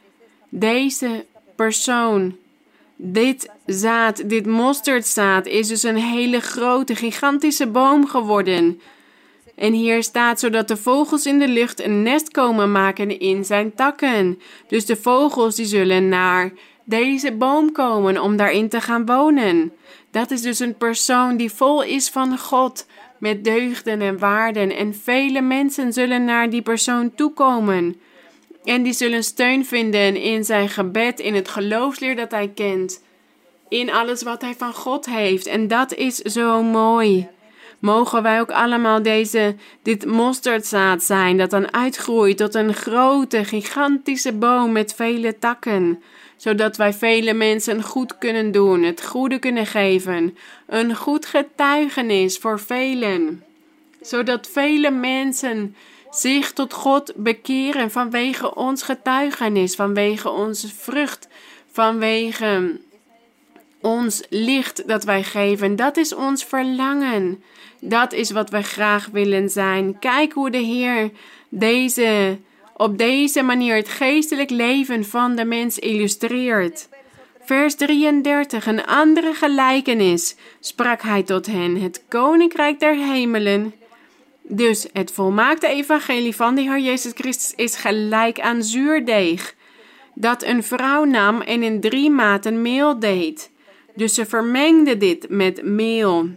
Deze persoon, dit zaad, dit mosterdzaad is dus een hele grote, gigantische boom geworden. En hier staat, zodat de vogels in de lucht een nest komen maken in zijn takken. Dus de vogels die zullen naar deze boom komen om daarin te gaan wonen. Dat is dus een persoon die vol is van God, met deugden en waarden. En vele mensen zullen naar die persoon toekomen. En die zullen steun vinden in zijn gebed, in het geloofsleer dat hij kent. in alles wat hij van God heeft. En dat is zo mooi. Mogen wij ook allemaal deze, dit mosterdzaad zijn dat dan uitgroeit tot een grote, gigantische boom met vele takken. Zodat wij vele mensen goed kunnen doen, het goede kunnen geven. Een goed getuigenis voor velen. Zodat vele mensen zich tot God bekeren vanwege ons getuigenis, vanwege onze vrucht, vanwege ons licht dat wij geven. Dat is ons verlangen. Dat is wat we graag willen zijn. Kijk hoe de Heer deze, op deze manier het geestelijk leven van de mens illustreert. Vers drieëndertig. Een andere gelijkenis sprak hij tot hen. Het koninkrijk der hemelen. Dus het volmaakte evangelie van de Heer Jezus Christus is gelijk aan zuurdeeg, dat een vrouw nam en in drie maten meel deed. Dus ze vermengde dit met meel,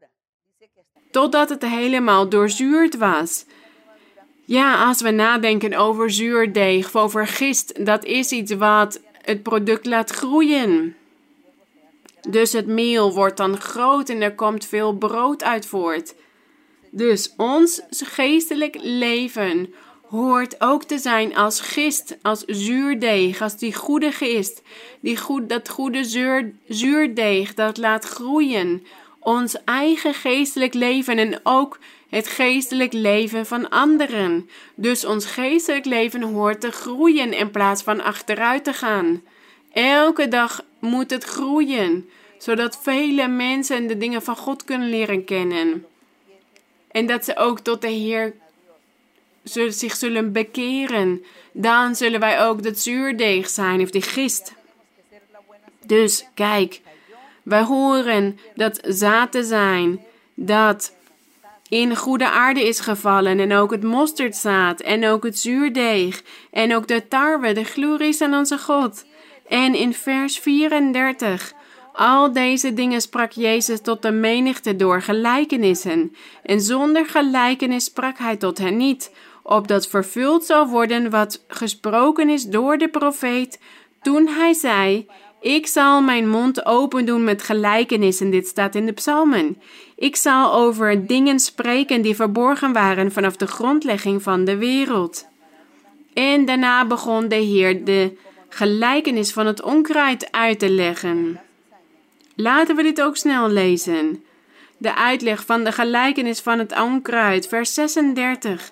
totdat het helemaal doorzuurd was. Ja, als we nadenken over zuurdeeg, of over gist, dat is iets wat het product laat groeien. Dus het meel wordt dan groot en er komt veel brood uit voort. Dus ons geestelijk leven hoort ook te zijn als gist, als zuurdeeg, als die goede gist, die goed, dat goede zuur, zuurdeeg dat laat groeien. Ons eigen geestelijk leven en ook het geestelijk leven van anderen. Dus ons geestelijk leven hoort te groeien in plaats van achteruit te gaan. Elke dag moet het groeien, zodat vele mensen de dingen van God kunnen leren kennen. En dat ze ook tot de Heer zullen, zich zullen bekeren. Dan zullen wij ook dat zuurdeeg zijn, of die gist. Dus kijk, wij horen dat zaad te zijn, dat in goede aarde is gevallen. En ook het mosterdzaad, en ook het zuurdeeg, en ook de tarwe, de glorie aan onze God. En in vers vierendertig... Al deze dingen sprak Jezus tot de menigte door gelijkenissen. En zonder gelijkenis sprak hij tot hen niet, opdat vervuld zou worden wat gesproken is door de profeet, toen hij zei: ik zal mijn mond open doen met gelijkenissen. Dit staat in de psalmen. Ik zal over dingen spreken die verborgen waren vanaf de grondlegging van de wereld. En daarna begon de Heer de gelijkenis van het onkruid uit te leggen. Laten we dit ook snel lezen. De uitleg van de gelijkenis van het onkruid, vers zesendertig.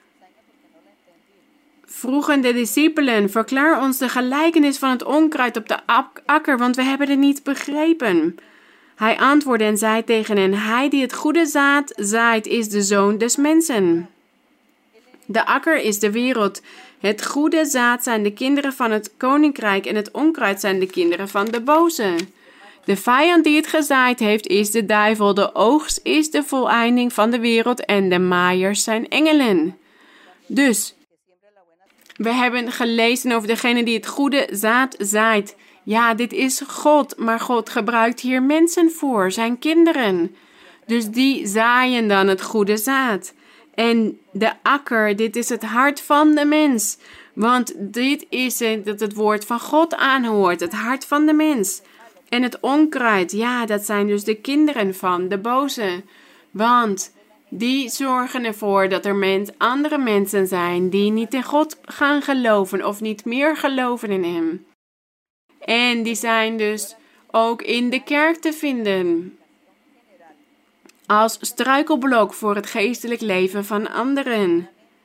Vroegen de discipelen: verklaar ons de gelijkenis van het onkruid op de akker, want we hebben het niet begrepen. Hij antwoordde en zei tegen hen: hij die het goede zaad zaait, is de zoon des mensen. De akker is de wereld. Het goede zaad zijn de kinderen van het koninkrijk en het onkruid zijn de kinderen van de boze. De vijand die het gezaaid heeft is de duivel. De oogst is de voleinding van de wereld en de maaiers zijn engelen. Dus, we hebben gelezen over degene die het goede zaad zaait. Ja, dit is God, maar God gebruikt hier mensen voor, zijn kinderen. Dus die zaaien dan het goede zaad. En de akker, dit is het hart van de mens. Want dit is het dat het woord van God aanhoort, het hart van de mens. En het onkruid, ja, dat zijn dus de kinderen van de boze. Want die zorgen ervoor dat er mens, andere mensen zijn die niet in God gaan geloven of niet meer geloven in hem. En die zijn dus ook in de kerk te vinden als struikelblok voor het geestelijk leven van anderen.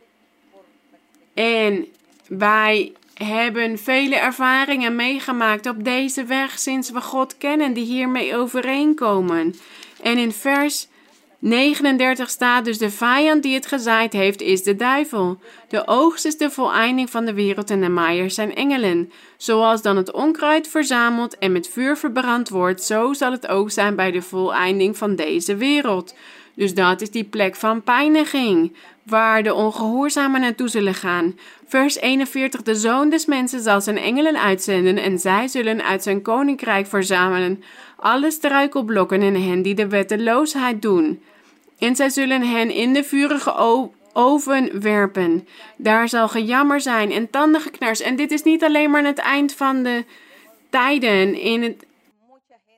En wij hebben vele ervaringen meegemaakt op deze weg sinds we God kennen die hiermee overeenkomen. En in vers negenendertig staat dus: de vijand die het gezaaid heeft is de duivel. De oogst is de voleinding van de wereld en de maaiers zijn engelen. Zoals dan het onkruid verzameld en met vuur verbrand wordt, zo zal het ook zijn bij de voleinding van deze wereld. Dus dat is die plek van pijniging, waar de ongehoorzamen naartoe zullen gaan. Vers eenenveertig: de zoon des mensen zal zijn engelen uitzenden en zij zullen uit zijn koninkrijk verzamelen alle struikelblokken en hen die de wetteloosheid doen. En zij zullen hen in de vurige oven werpen. Daar zal gejammer zijn en tandengeknars. En dit is niet alleen maar aan het eind van de tijden. In het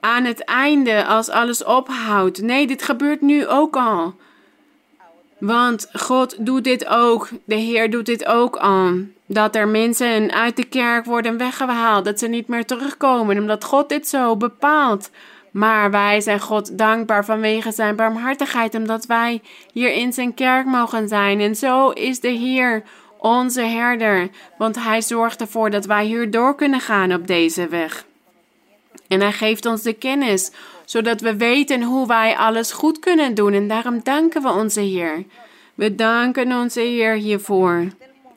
aan het einde, als alles ophoudt. Nee, dit gebeurt nu ook al. Want God doet dit ook. De Heer doet dit ook al. Dat er mensen uit de kerk worden weggehaald. Dat ze niet meer terugkomen. Omdat God dit zo bepaalt. Maar wij zijn God dankbaar vanwege zijn barmhartigheid. Omdat wij hier in zijn kerk mogen zijn. En zo is de Heer onze herder. Want hij zorgt ervoor dat wij hier door kunnen gaan op deze weg. En hij geeft ons de kennis, zodat we weten hoe wij alles goed kunnen doen. En daarom danken we onze Heer. We danken onze Heer hiervoor.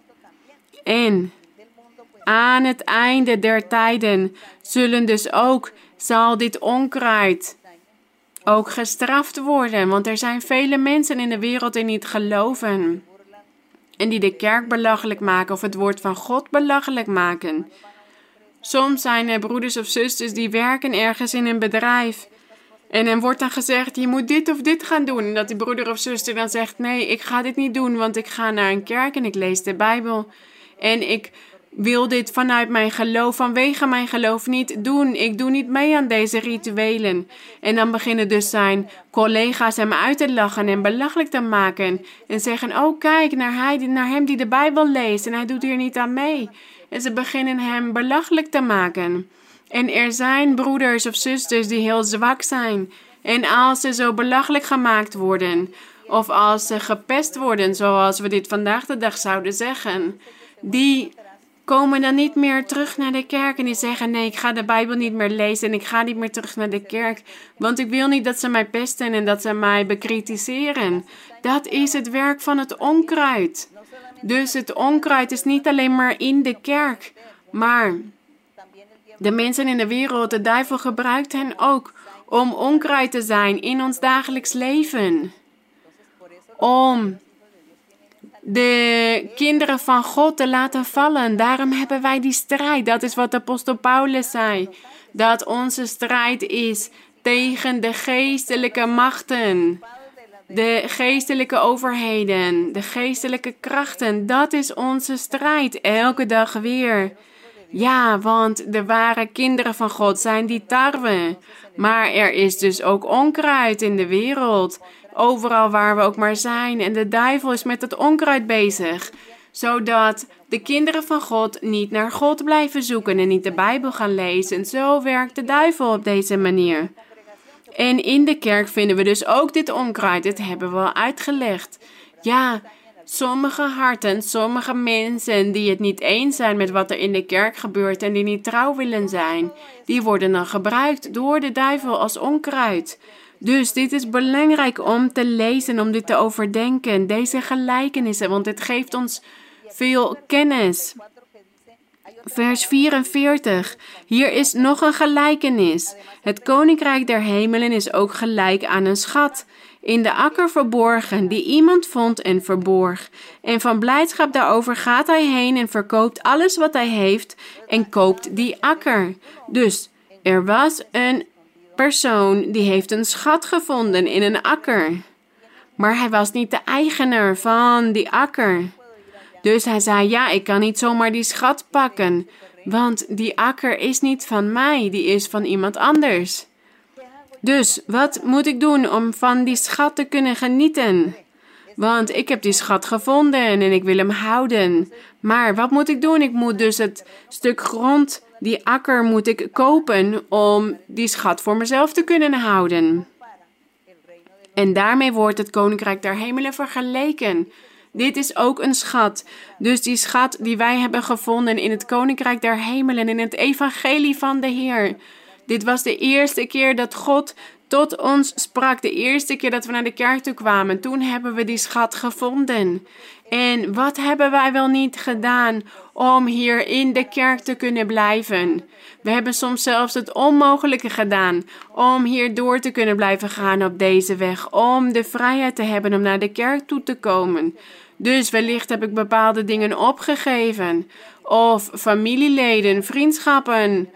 En aan het einde der tijden zullen dus ook, zal dit onkruid ook gestraft worden. Want er zijn vele mensen in de wereld die niet geloven. En die de kerk belachelijk maken of het woord van God belachelijk maken. Soms zijn er broeders of zusters die werken ergens in een bedrijf. En er wordt dan gezegd, je moet dit of dit gaan doen. En dat die broeder of zuster dan zegt, nee, ik ga dit niet doen. Want ik ga naar een kerk en ik lees de Bijbel. En ik wil dit vanuit mijn geloof, vanwege mijn geloof niet doen. Ik doe niet mee aan deze rituelen. En dan beginnen dus zijn collega's hem uit te lachen en belachelijk te maken. En zeggen, oh kijk, naar, hij, naar hem die de Bijbel leest. En hij doet hier niet aan mee. En ze beginnen hem belachelijk te maken. En er zijn broeders of zusters die heel zwak zijn. En als ze zo belachelijk gemaakt worden, of als ze gepest worden, zoals we dit vandaag de dag zouden zeggen, die komen dan niet meer terug naar de kerk en die zeggen, nee, ik ga de Bijbel niet meer lezen en ik ga niet meer terug naar de kerk, want ik wil niet dat ze mij pesten en dat ze mij bekritiseren. Dat is het werk van het onkruid. Dus het onkruid is niet alleen maar in de kerk, maar de mensen in de wereld, de duivel gebruikt hen ook om onkruid te zijn in ons dagelijks leven. Om de kinderen van God te laten vallen. Daarom hebben wij die strijd. Dat is wat apostel Paulus zei. Dat onze strijd is tegen de geestelijke machten. De geestelijke overheden. De geestelijke krachten. Dat is onze strijd. Elke dag weer. Ja, want de ware kinderen van God zijn die tarwe. Maar er is dus ook onkruid in de wereld. Overal waar we ook maar zijn. En de duivel is met het onkruid bezig. Zodat de kinderen van God niet naar God blijven zoeken en niet de Bijbel gaan lezen. Zo werkt de duivel op deze manier. En in de kerk vinden we dus ook dit onkruid. Dit hebben we al uitgelegd. Ja, sommige harten, sommige mensen die het niet eens zijn met wat er in de kerk gebeurt en die niet trouw willen zijn, die worden dan gebruikt door de duivel als onkruid. Dus dit is belangrijk om te lezen, om dit te overdenken, deze gelijkenissen, want het geeft ons veel kennis. Vers vierenveertig. Hier is nog een gelijkenis. Het koninkrijk der hemelen is ook gelijk aan een schat, in de akker verborgen, die iemand vond en verborg. En van blijdschap daarover gaat hij heen en verkoopt alles wat hij heeft en koopt die akker. Dus er was een persoon die heeft een schat gevonden in een akker. Maar hij was niet de eigenaar van die akker. Dus hij zei, ja, ik kan niet zomaar die schat pakken, want die akker is niet van mij, die is van iemand anders. Dus wat moet ik doen om van die schat te kunnen genieten? Want ik heb die schat gevonden en ik wil hem houden. Maar wat moet ik doen? Ik moet dus het stuk grond, die akker moet ik kopen om die schat voor mezelf te kunnen houden. En daarmee wordt het koninkrijk der hemelen vergeleken. Dit is ook een schat. Dus die schat die wij hebben gevonden in het koninkrijk der hemelen, in het evangelie van de Heer. Dit was de eerste keer dat God tot ons sprak. De eerste keer dat we naar de kerk toe kwamen. Toen hebben we die schat gevonden. En wat hebben wij wel niet gedaan om hier in de kerk te kunnen blijven? We hebben soms zelfs het onmogelijke gedaan om hier door te kunnen blijven gaan op deze weg. Om de vrijheid te hebben om naar de kerk toe te komen. Dus wellicht heb ik bepaalde dingen opgegeven. Of familieleden, vriendschappen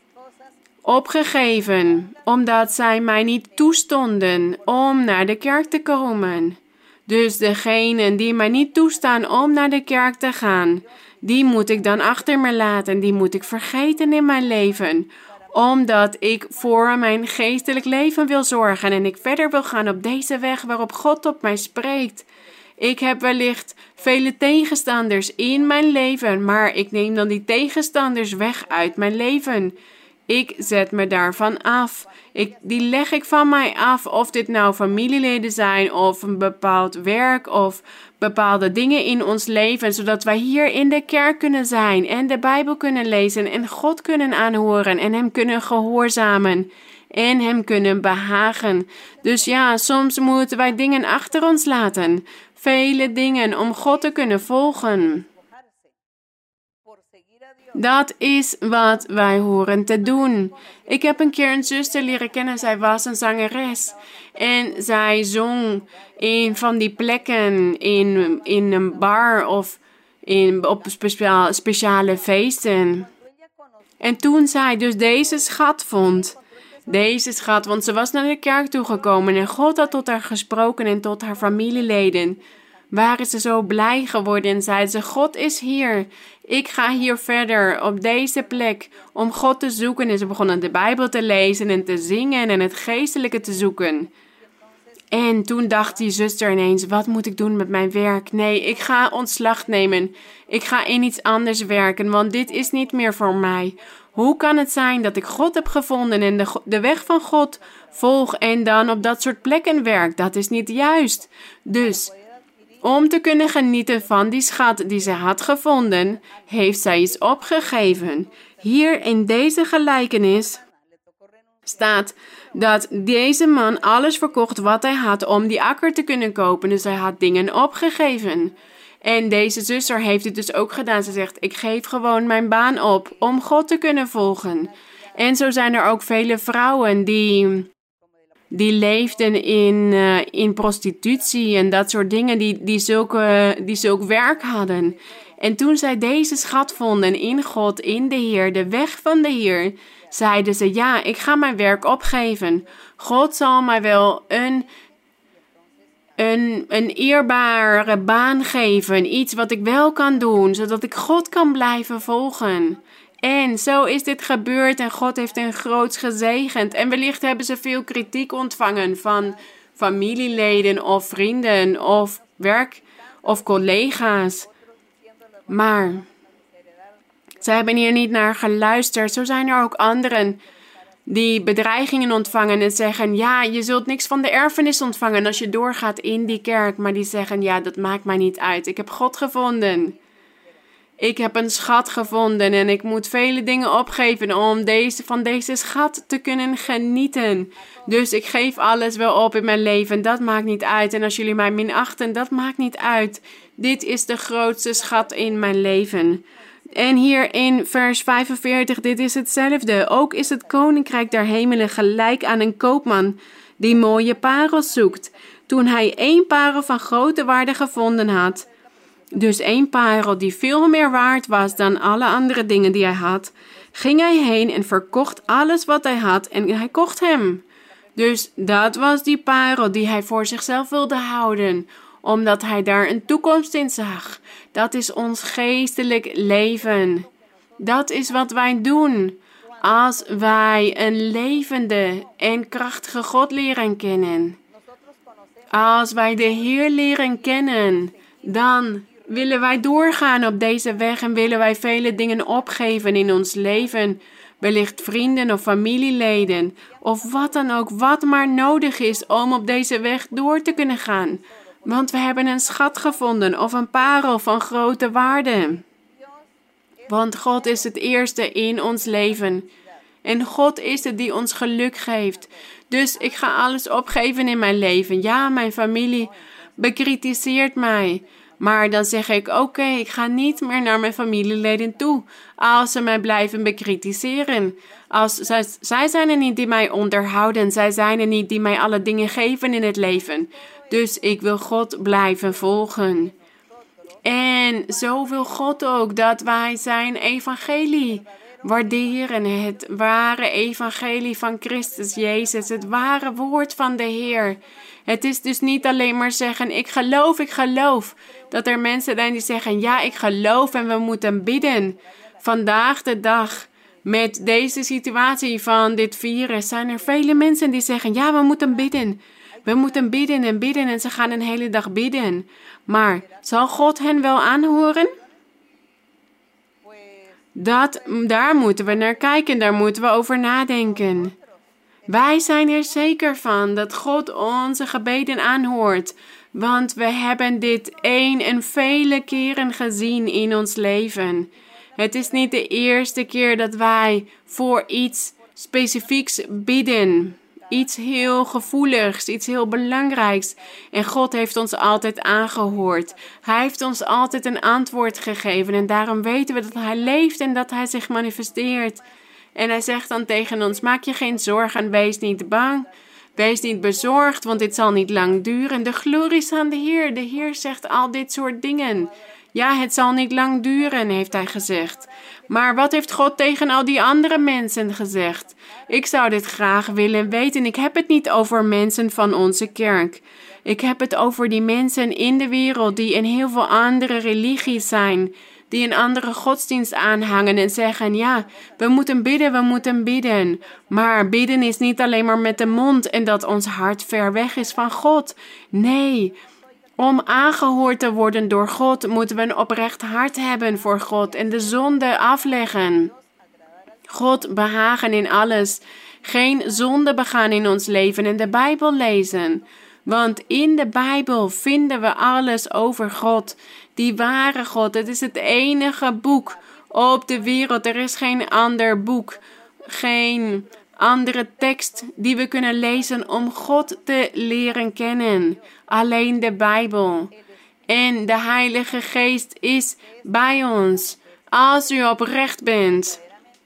opgegeven, omdat zij mij niet toestonden om naar de kerk te komen. Dus degenen die mij niet toestaan om naar de kerk te gaan, die moet ik dan achter me laten, die moet ik vergeten in mijn leven, Omdat ik voor mijn geestelijk leven wil zorgen en ik verder wil gaan op deze weg waarop God op mij spreekt. Ik heb wellicht vele tegenstanders in mijn leven, maar ik neem dan die tegenstanders weg uit mijn leven. Ik zet me daarvan af. Ik, die leg ik van mij af, of dit nou familieleden zijn of een bepaald werk of bepaalde dingen in ons leven, zodat wij hier in de kerk kunnen zijn en de Bijbel kunnen lezen en God kunnen aanhoren en Hem kunnen gehoorzamen en Hem kunnen behagen. Dus ja, soms moeten wij dingen achter ons laten, vele dingen om God te kunnen volgen. Dat is wat wij horen te doen. Ik heb een keer een zuster leren kennen. Zij was een zangeres. En zij zong in van die plekken in, in een bar of in, op speciaal, speciale feesten. En toen zij dus deze schat vond. Deze schat, want ze was naar de kerk toegekomen en God had tot haar gesproken en tot haar familieleden. Waren ze zo blij geworden en zeiden ze, God is hier. Ik ga hier verder op deze plek om God te zoeken. En ze begonnen de Bijbel te lezen en te zingen en het geestelijke te zoeken. En toen dacht die zuster ineens, wat moet ik doen met mijn werk? Nee, ik ga ontslag nemen. Ik ga in iets anders werken, want dit is niet meer voor mij. Hoe kan het zijn dat ik God heb gevonden en de, de weg van God volg en dan op dat soort plekken werk? Dat is niet juist. Dus om te kunnen genieten van die schat die ze had gevonden, heeft zij iets opgegeven. Hier in deze gelijkenis staat dat deze man alles verkocht wat hij had om die akker te kunnen kopen. Dus hij had dingen opgegeven. En deze zuster heeft het dus ook gedaan. Ze zegt, ik geef gewoon mijn baan op om God te kunnen volgen. En zo zijn er ook vele vrouwen die, die leefden in, uh, in prostitutie en dat soort dingen, die, die, zulke, die zulk werk hadden. En toen zij deze schat vonden in God, in de Heer, de weg van de Heer, zeiden ze, ja, ik ga mijn werk opgeven. God zal mij wel een, een, een eerbare baan geven, iets wat ik wel kan doen, zodat ik God kan blijven volgen. En zo is dit gebeurd en God heeft hen groots gezegend. En wellicht hebben ze veel kritiek ontvangen van familieleden of vrienden of werk of collega's. Maar ze hebben hier niet naar geluisterd. Zo zijn er ook anderen die bedreigingen ontvangen en zeggen, ja, je zult niks van de erfenis ontvangen als je doorgaat in die kerk. Maar die zeggen, ja, dat maakt mij niet uit. Ik heb God gevonden. Ik heb een schat gevonden en ik moet vele dingen opgeven om deze, van deze schat te kunnen genieten. Dus ik geef alles wel op in mijn leven, dat maakt niet uit. En als jullie mij minachten, dat maakt niet uit. Dit is de grootste schat in mijn leven. En hier in vers vijfenveertig, dit is hetzelfde. Ook is het koninkrijk der hemelen gelijk aan een koopman die mooie parels zoekt. Toen hij één parel van grote waarde gevonden had, dus één parel die veel meer waard was dan alle andere dingen die hij had, ging hij heen en verkocht alles wat hij had en hij kocht hem. Dus dat was die parel die hij voor zichzelf wilde houden, omdat hij daar een toekomst in zag. Dat is ons geestelijk leven. Dat is wat wij doen als wij een levende en krachtige God leren kennen. Als wij de Heer leren kennen, dan willen wij doorgaan op deze weg en willen wij vele dingen opgeven in ons leven. Wellicht vrienden of familieleden of wat dan ook, wat maar nodig is om op deze weg door te kunnen gaan. Want we hebben een schat gevonden of een parel van grote waarde. Want God is het eerste in ons leven. En God is het die ons geluk geeft. Dus ik ga alles opgeven in mijn leven. Ja, mijn familie bekritiseert mij. Maar dan zeg ik, oké, okay, ik ga niet meer naar mijn familieleden toe als ze mij blijven bekritiseren. Als zij, zij zijn er niet die mij onderhouden. Zij zijn er niet die mij alle dingen geven in het leven. Dus ik wil God blijven volgen. En zo wil God ook dat wij zijn evangelie waarderen. Het ware evangelie van Christus Jezus. Het ware woord van de Heer. Het is dus niet alleen maar zeggen, ik geloof, ik geloof. Dat er mensen zijn die zeggen, ja, ik geloof en we moeten bidden. Vandaag de dag Met deze situatie van dit virus zijn er vele mensen die zeggen, ja, we moeten bidden. We moeten bidden en bidden en ze gaan een hele dag bidden. Maar zal God hen wel aanhoren? Dat, daar moeten we naar kijken, daar moeten we over nadenken. Wij zijn er zeker van dat God onze gebeden aanhoort. Want we hebben dit één en vele keren gezien in ons leven. Het is niet de eerste keer dat wij voor iets specifieks bidden. Iets heel gevoeligs, iets heel belangrijks. En God heeft ons altijd aangehoord. Hij heeft ons altijd een antwoord gegeven. En daarom weten we dat Hij leeft en dat Hij zich manifesteert. En Hij zegt dan tegen ons, maak je geen zorgen, wees niet bang. Wees niet bezorgd, want dit zal niet lang duren. De glorie is aan de Heer. De Heer zegt al dit soort dingen. Ja, het zal niet lang duren, heeft Hij gezegd. Maar wat heeft God tegen al die andere mensen gezegd? Ik zou dit graag willen weten. Ik heb het niet over mensen van onze kerk. Ik heb het over die mensen in de wereld die in heel veel andere religies zijn. Die een andere godsdienst aanhangen en zeggen, ja, we moeten bidden, we moeten bidden. Maar bidden is niet alleen maar met de mond en dat ons hart ver weg is van God. Nee, om aangehoord te worden door God moeten we een oprecht hart hebben voor God en de zonde afleggen. God behagen in alles. Geen zonde begaan in ons leven en de Bijbel lezen. Want in de Bijbel vinden we alles over God. Die ware God. Het is het enige boek op de wereld. Er is geen ander boek. Geen andere tekst die we kunnen lezen om God te leren kennen. Alleen de Bijbel. En de Heilige Geest is bij ons. Als u oprecht bent.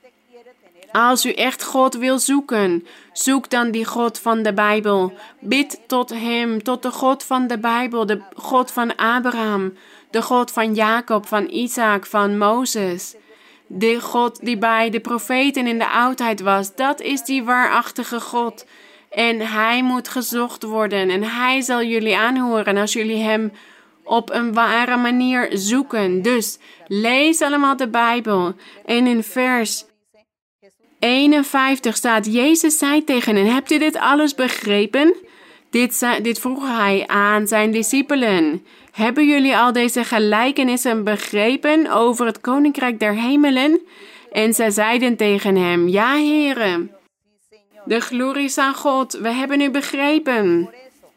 Als u echt God wil zoeken, zoek dan die God van de Bijbel. Bid tot Hem, tot de God van de Bijbel, de God van Abraham, de God van Jacob, van Isaac, van Mozes. De God die bij de profeten in de oudheid was, dat is die waarachtige God. En Hij moet gezocht worden en Hij zal jullie aanhoren als jullie Hem op een ware manier zoeken. Dus lees allemaal de Bijbel. En in vers eenenvijftig staat, Jezus zei tegen hen, hebt u dit alles begrepen? Dit, zei, dit vroeg Hij aan zijn discipelen. Hebben jullie al deze gelijkenissen begrepen over het koninkrijk der hemelen? En zij zeiden tegen hem, ja, Heere. De glorie is aan God, we hebben u begrepen.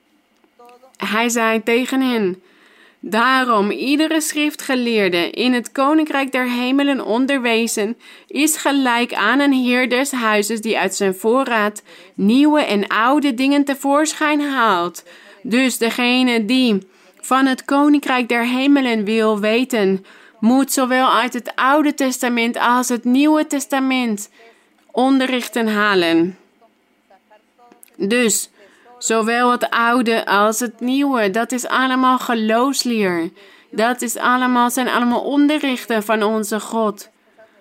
Hij zei tegen hen, daarom, iedere schriftgeleerde in het koninkrijk der hemelen onderwezen is gelijk aan een heer des huizes die uit zijn voorraad nieuwe en oude dingen tevoorschijn haalt. Dus degene die van het koninkrijk der hemelen wil weten, moet zowel uit het Oude Testament als het Nieuwe Testament onderrichten halen. Dus zowel het oude als het nieuwe, dat is allemaal geloofsleer. Dat is allemaal, zijn allemaal onderrichten van onze God.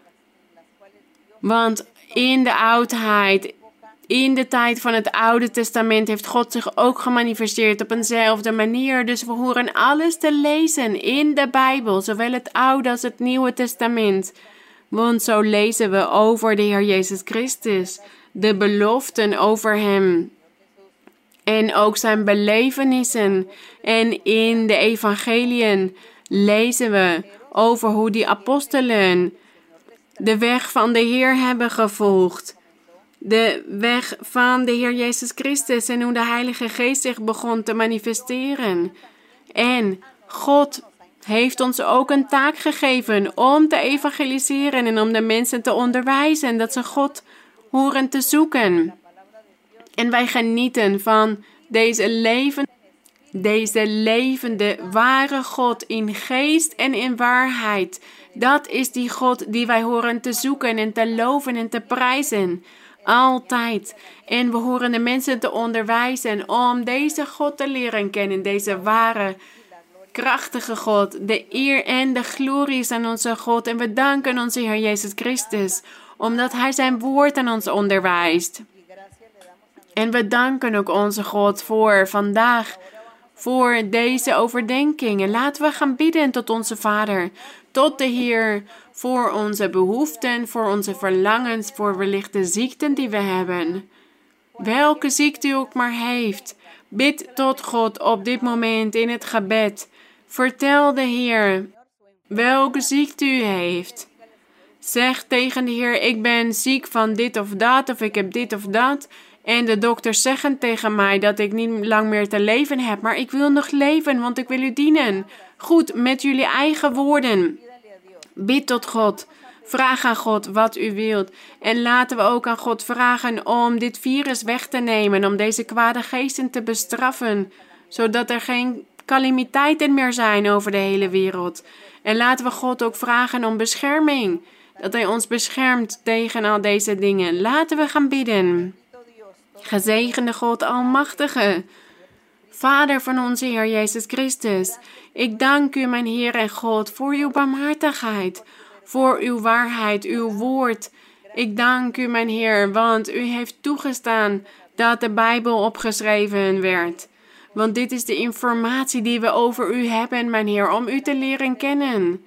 Want in de oudheid, in de tijd van het Oude Testament heeft God zich ook gemanifesteerd op eenzelfde manier. Dus we horen alles te lezen in de Bijbel, zowel het Oude als het Nieuwe Testament. Want zo lezen we over de Heer Jezus Christus, de beloften over Hem. En ook zijn belevenissen. En in de evangeliën lezen we over hoe die apostelen de weg van de Heer hebben gevolgd. De weg van de Heer Jezus Christus en hoe de Heilige Geest zich begon te manifesteren. En God heeft ons ook een taak gegeven om te evangeliseren en om de mensen te onderwijzen dat ze God horen te zoeken. En wij genieten van deze leven, deze levende, ware God in geest en in waarheid. Dat is die God die wij horen te zoeken en te loven en te prijzen. Altijd. En we horen de mensen te onderwijzen om deze God te leren kennen. Deze ware, krachtige God. De eer en de glorie is aan onze God. En we danken onze Heer Jezus Christus, omdat Hij zijn woord aan ons onderwijst. En we danken ook onze God voor vandaag, voor deze overdenkingen. Laten we gaan bidden tot onze Vader, tot de Heer, voor onze behoeften, voor onze verlangens, voor wellicht de ziekten die we hebben. Welke ziekte u ook maar heeft, bid tot God op dit moment in het gebed. Vertel de Heer welke ziekte u heeft. Zeg tegen de Heer, ik ben ziek van dit of dat, of ik heb dit of dat. En de dokters zeggen tegen mij dat ik niet lang meer te leven heb, maar ik wil nog leven, want ik wil u dienen. Goed, met jullie eigen woorden. Bid tot God. Vraag aan God wat u wilt. En laten we ook aan God vragen om dit virus weg te nemen, om deze kwade geesten te bestraffen, zodat er geen calamiteiten meer zijn over de hele wereld. En laten we God ook vragen om bescherming, dat Hij ons beschermt tegen al deze dingen. Laten we gaan bidden. Gezegende God Almachtige, Vader van onze Heer Jezus Christus, ik dank u, mijn Heer en God, voor uw barmhartigheid, voor uw waarheid, uw woord. Ik dank u, mijn Heer, want u heeft toegestaan dat de Bijbel opgeschreven werd. Want dit is de informatie die we over u hebben, mijn Heer, om u te leren kennen.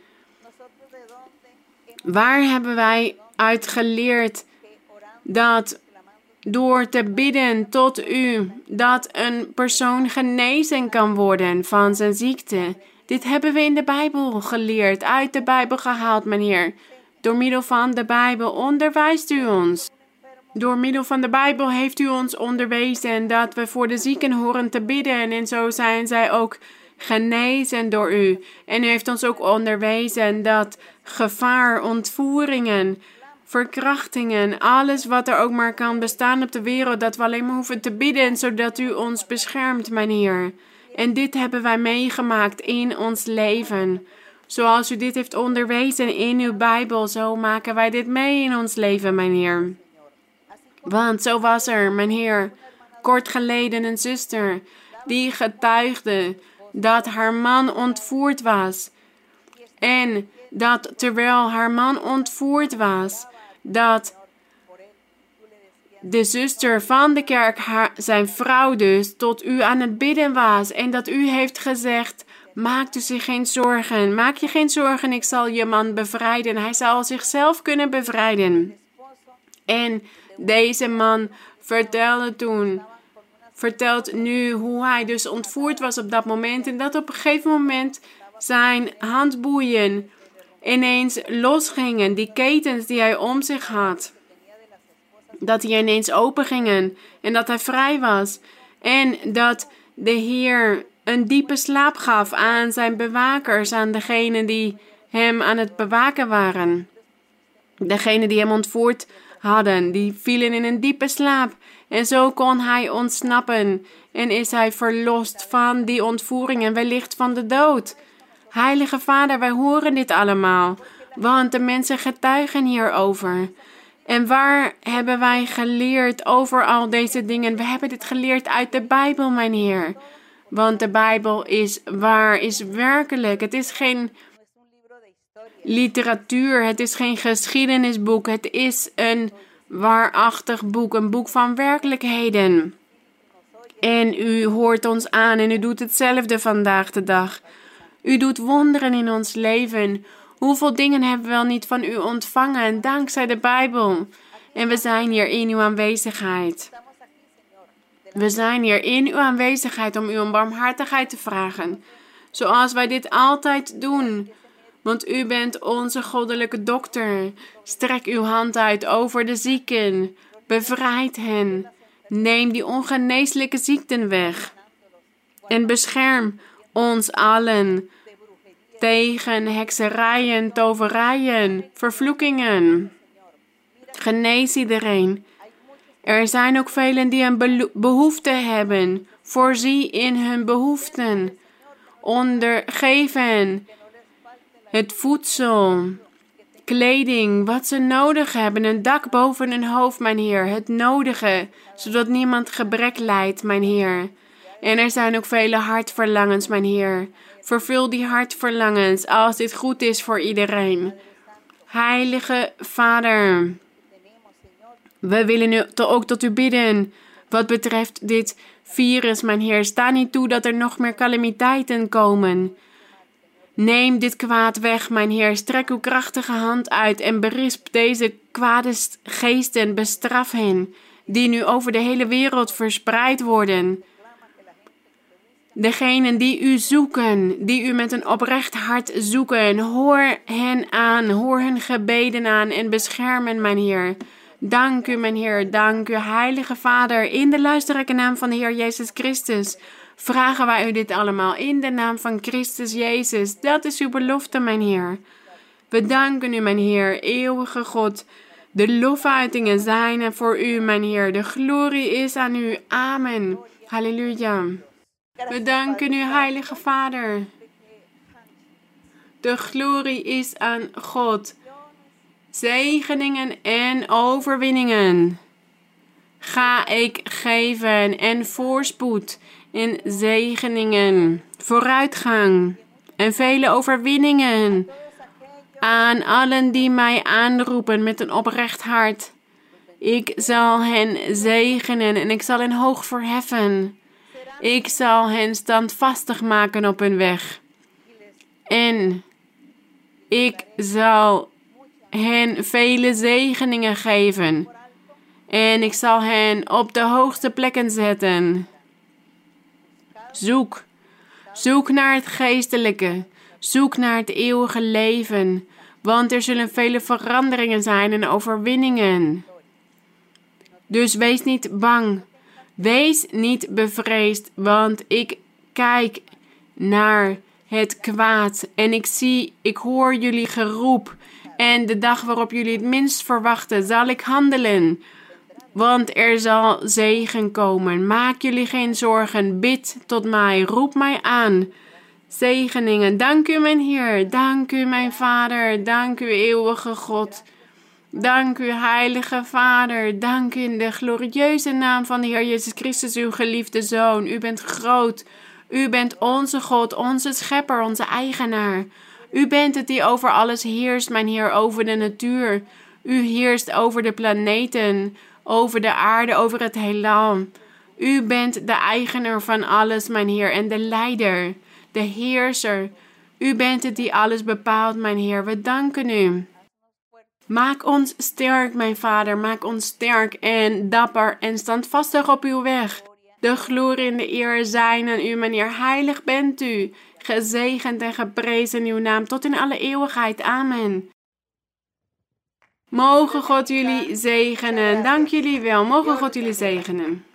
Waar hebben wij uit geleerd dat door te bidden tot u, dat een persoon genezen kan worden van zijn ziekte? Dit hebben we in de Bijbel geleerd, uit de Bijbel gehaald, meneer. Door middel van de Bijbel onderwijst u ons. Door middel van de Bijbel heeft u ons onderwezen dat we voor de zieken horen te bidden. En zo zijn zij ook genezen door u. En u heeft ons ook onderwezen dat gevaar, ontvoeringen, verkrachtingen, alles wat er ook maar kan bestaan op de wereld, dat we alleen maar hoeven te bidden, zodat u ons beschermt, mijn Heer. En dit hebben wij meegemaakt in ons leven. Zoals u dit heeft onderwezen in uw Bijbel, zo maken wij dit mee in ons leven, mijn Heer. Want zo was er, mijn Heer, kort geleden een zuster die getuigde dat haar man ontvoerd was. En dat terwijl haar man ontvoerd was, dat de zuster van de kerk, haar, zijn vrouw dus, tot u aan het bidden was. En dat u heeft gezegd, maak u zich geen zorgen. Maak je geen zorgen, ik zal je man bevrijden. Hij zal zichzelf kunnen bevrijden. En deze man vertelde toen, vertelt nu hoe hij dus ontvoerd was op dat moment. En dat op een gegeven moment zijn handboeien ineens losgingen. Die ketens die hij om zich had. Dat die ineens open gingen. En dat hij vrij was. En dat de Heer een diepe slaap gaf aan zijn bewakers. Aan degenen die hem aan het bewaken waren. Degenen die hem ontvoerd hadden. Die vielen in een diepe slaap. En zo kon hij ontsnappen. En is hij verlost van die ontvoering en wellicht van de dood. Heilige Vader, wij horen dit allemaal. Want de mensen getuigen hierover. En waar hebben wij geleerd over al deze dingen? We hebben dit geleerd uit de Bijbel, mijn Heer. Want de Bijbel is waar, is werkelijk. Het is geen literatuur, het is geen geschiedenisboek. Het is een waarachtig boek, een boek van werkelijkheden. En u hoort ons aan en u doet hetzelfde vandaag de dag. U doet wonderen in ons leven. Hoeveel dingen hebben we wel niet van u ontvangen, dankzij de Bijbel. En we zijn hier in uw aanwezigheid. We zijn hier in uw aanwezigheid om u om barmhartigheid te vragen. Zoals wij dit altijd doen. Want u bent onze goddelijke dokter. Strek uw hand uit over de zieken. Bevrijd hen. Neem die ongeneeslijke ziekten weg. En bescherm ons allen tegen hekserijen, toverijen, vervloekingen. Genees iedereen. Er zijn ook velen die een behoefte hebben. Voorzie in hun behoeften. Ondergeven het voedsel, kleding, wat ze nodig hebben. Een dak boven hun hoofd, mijn Heer. Het nodige, zodat niemand gebrek lijdt, mijn Heer. En er zijn ook vele hartverlangens, mijn Heer. Vervul die hartverlangens als dit goed is voor iedereen. Heilige Vader, we willen nu ook tot u bidden wat betreft dit virus, mijn Heer. Sta niet toe dat er nog meer calamiteiten komen. Neem dit kwaad weg, mijn Heer. Strek uw krachtige hand uit en berisp deze kwade geesten. Bestraf hen, die nu over de hele wereld verspreid worden. Degenen die u zoeken, die u met een oprecht hart zoeken, hoor hen aan, hoor hun gebeden aan en bescherm hen, mijn Heer. Dank u, mijn Heer, dank u, Heilige Vader, in de luisterrijke naam van de Heer Jezus Christus. Vragen wij u dit allemaal in de naam van Christus Jezus. Dat is uw belofte, mijn Heer. We danken u, mijn Heer, eeuwige God. De lofuitingen zijn er voor u, mijn Heer. De glorie is aan u. Amen. Halleluja. We danken u, Heilige Vader. De glorie is aan God. Zegeningen en overwinningen ga ik geven en voorspoed en zegeningen, vooruitgang en vele overwinningen aan allen die mij aanroepen met een oprecht hart. Ik zal hen zegenen en ik zal hen hoog verheffen. Ik zal hen standvastig maken op hun weg. En ik zal hen vele zegeningen geven. En ik zal hen op de hoogste plekken zetten. Zoek. Zoek naar het geestelijke. Zoek naar het eeuwige leven. Want er zullen vele veranderingen zijn en overwinningen. Dus wees niet bang. Wees niet bevreesd. Want ik kijk naar het kwaad. En ik zie, ik hoor jullie geroep. En de dag waarop jullie het minst verwachten, zal ik handelen. Want er zal zegen komen. Maak jullie geen zorgen. Bid tot mij. Roep mij aan. Zegeningen. Dank u, mijn Heer. Dank u, mijn Vader. Dank u, eeuwige God. Dank u, Heilige Vader. Dank u in de glorieuze naam van de Heer Jezus Christus, uw geliefde Zoon. U bent groot. U bent onze God, onze Schepper, onze eigenaar. U bent het die over alles heerst, mijn Heer, over de natuur. U heerst over de planeten, over de aarde, over het heelal. U bent de eigenaar van alles, mijn Heer, en de leider, de heerser. U bent het die alles bepaalt, mijn Heer. We danken u. Maak ons sterk, mijn Vader. Maak ons sterk en dapper en standvastig op uw weg. De glorie en de eer zijn aan u, mijn Heer. Heilig bent u. Gezegend en geprezen uw naam tot in alle eeuwigheid. Amen. Mogen God jullie zegenen. Dank jullie wel. Mogen God jullie zegenen.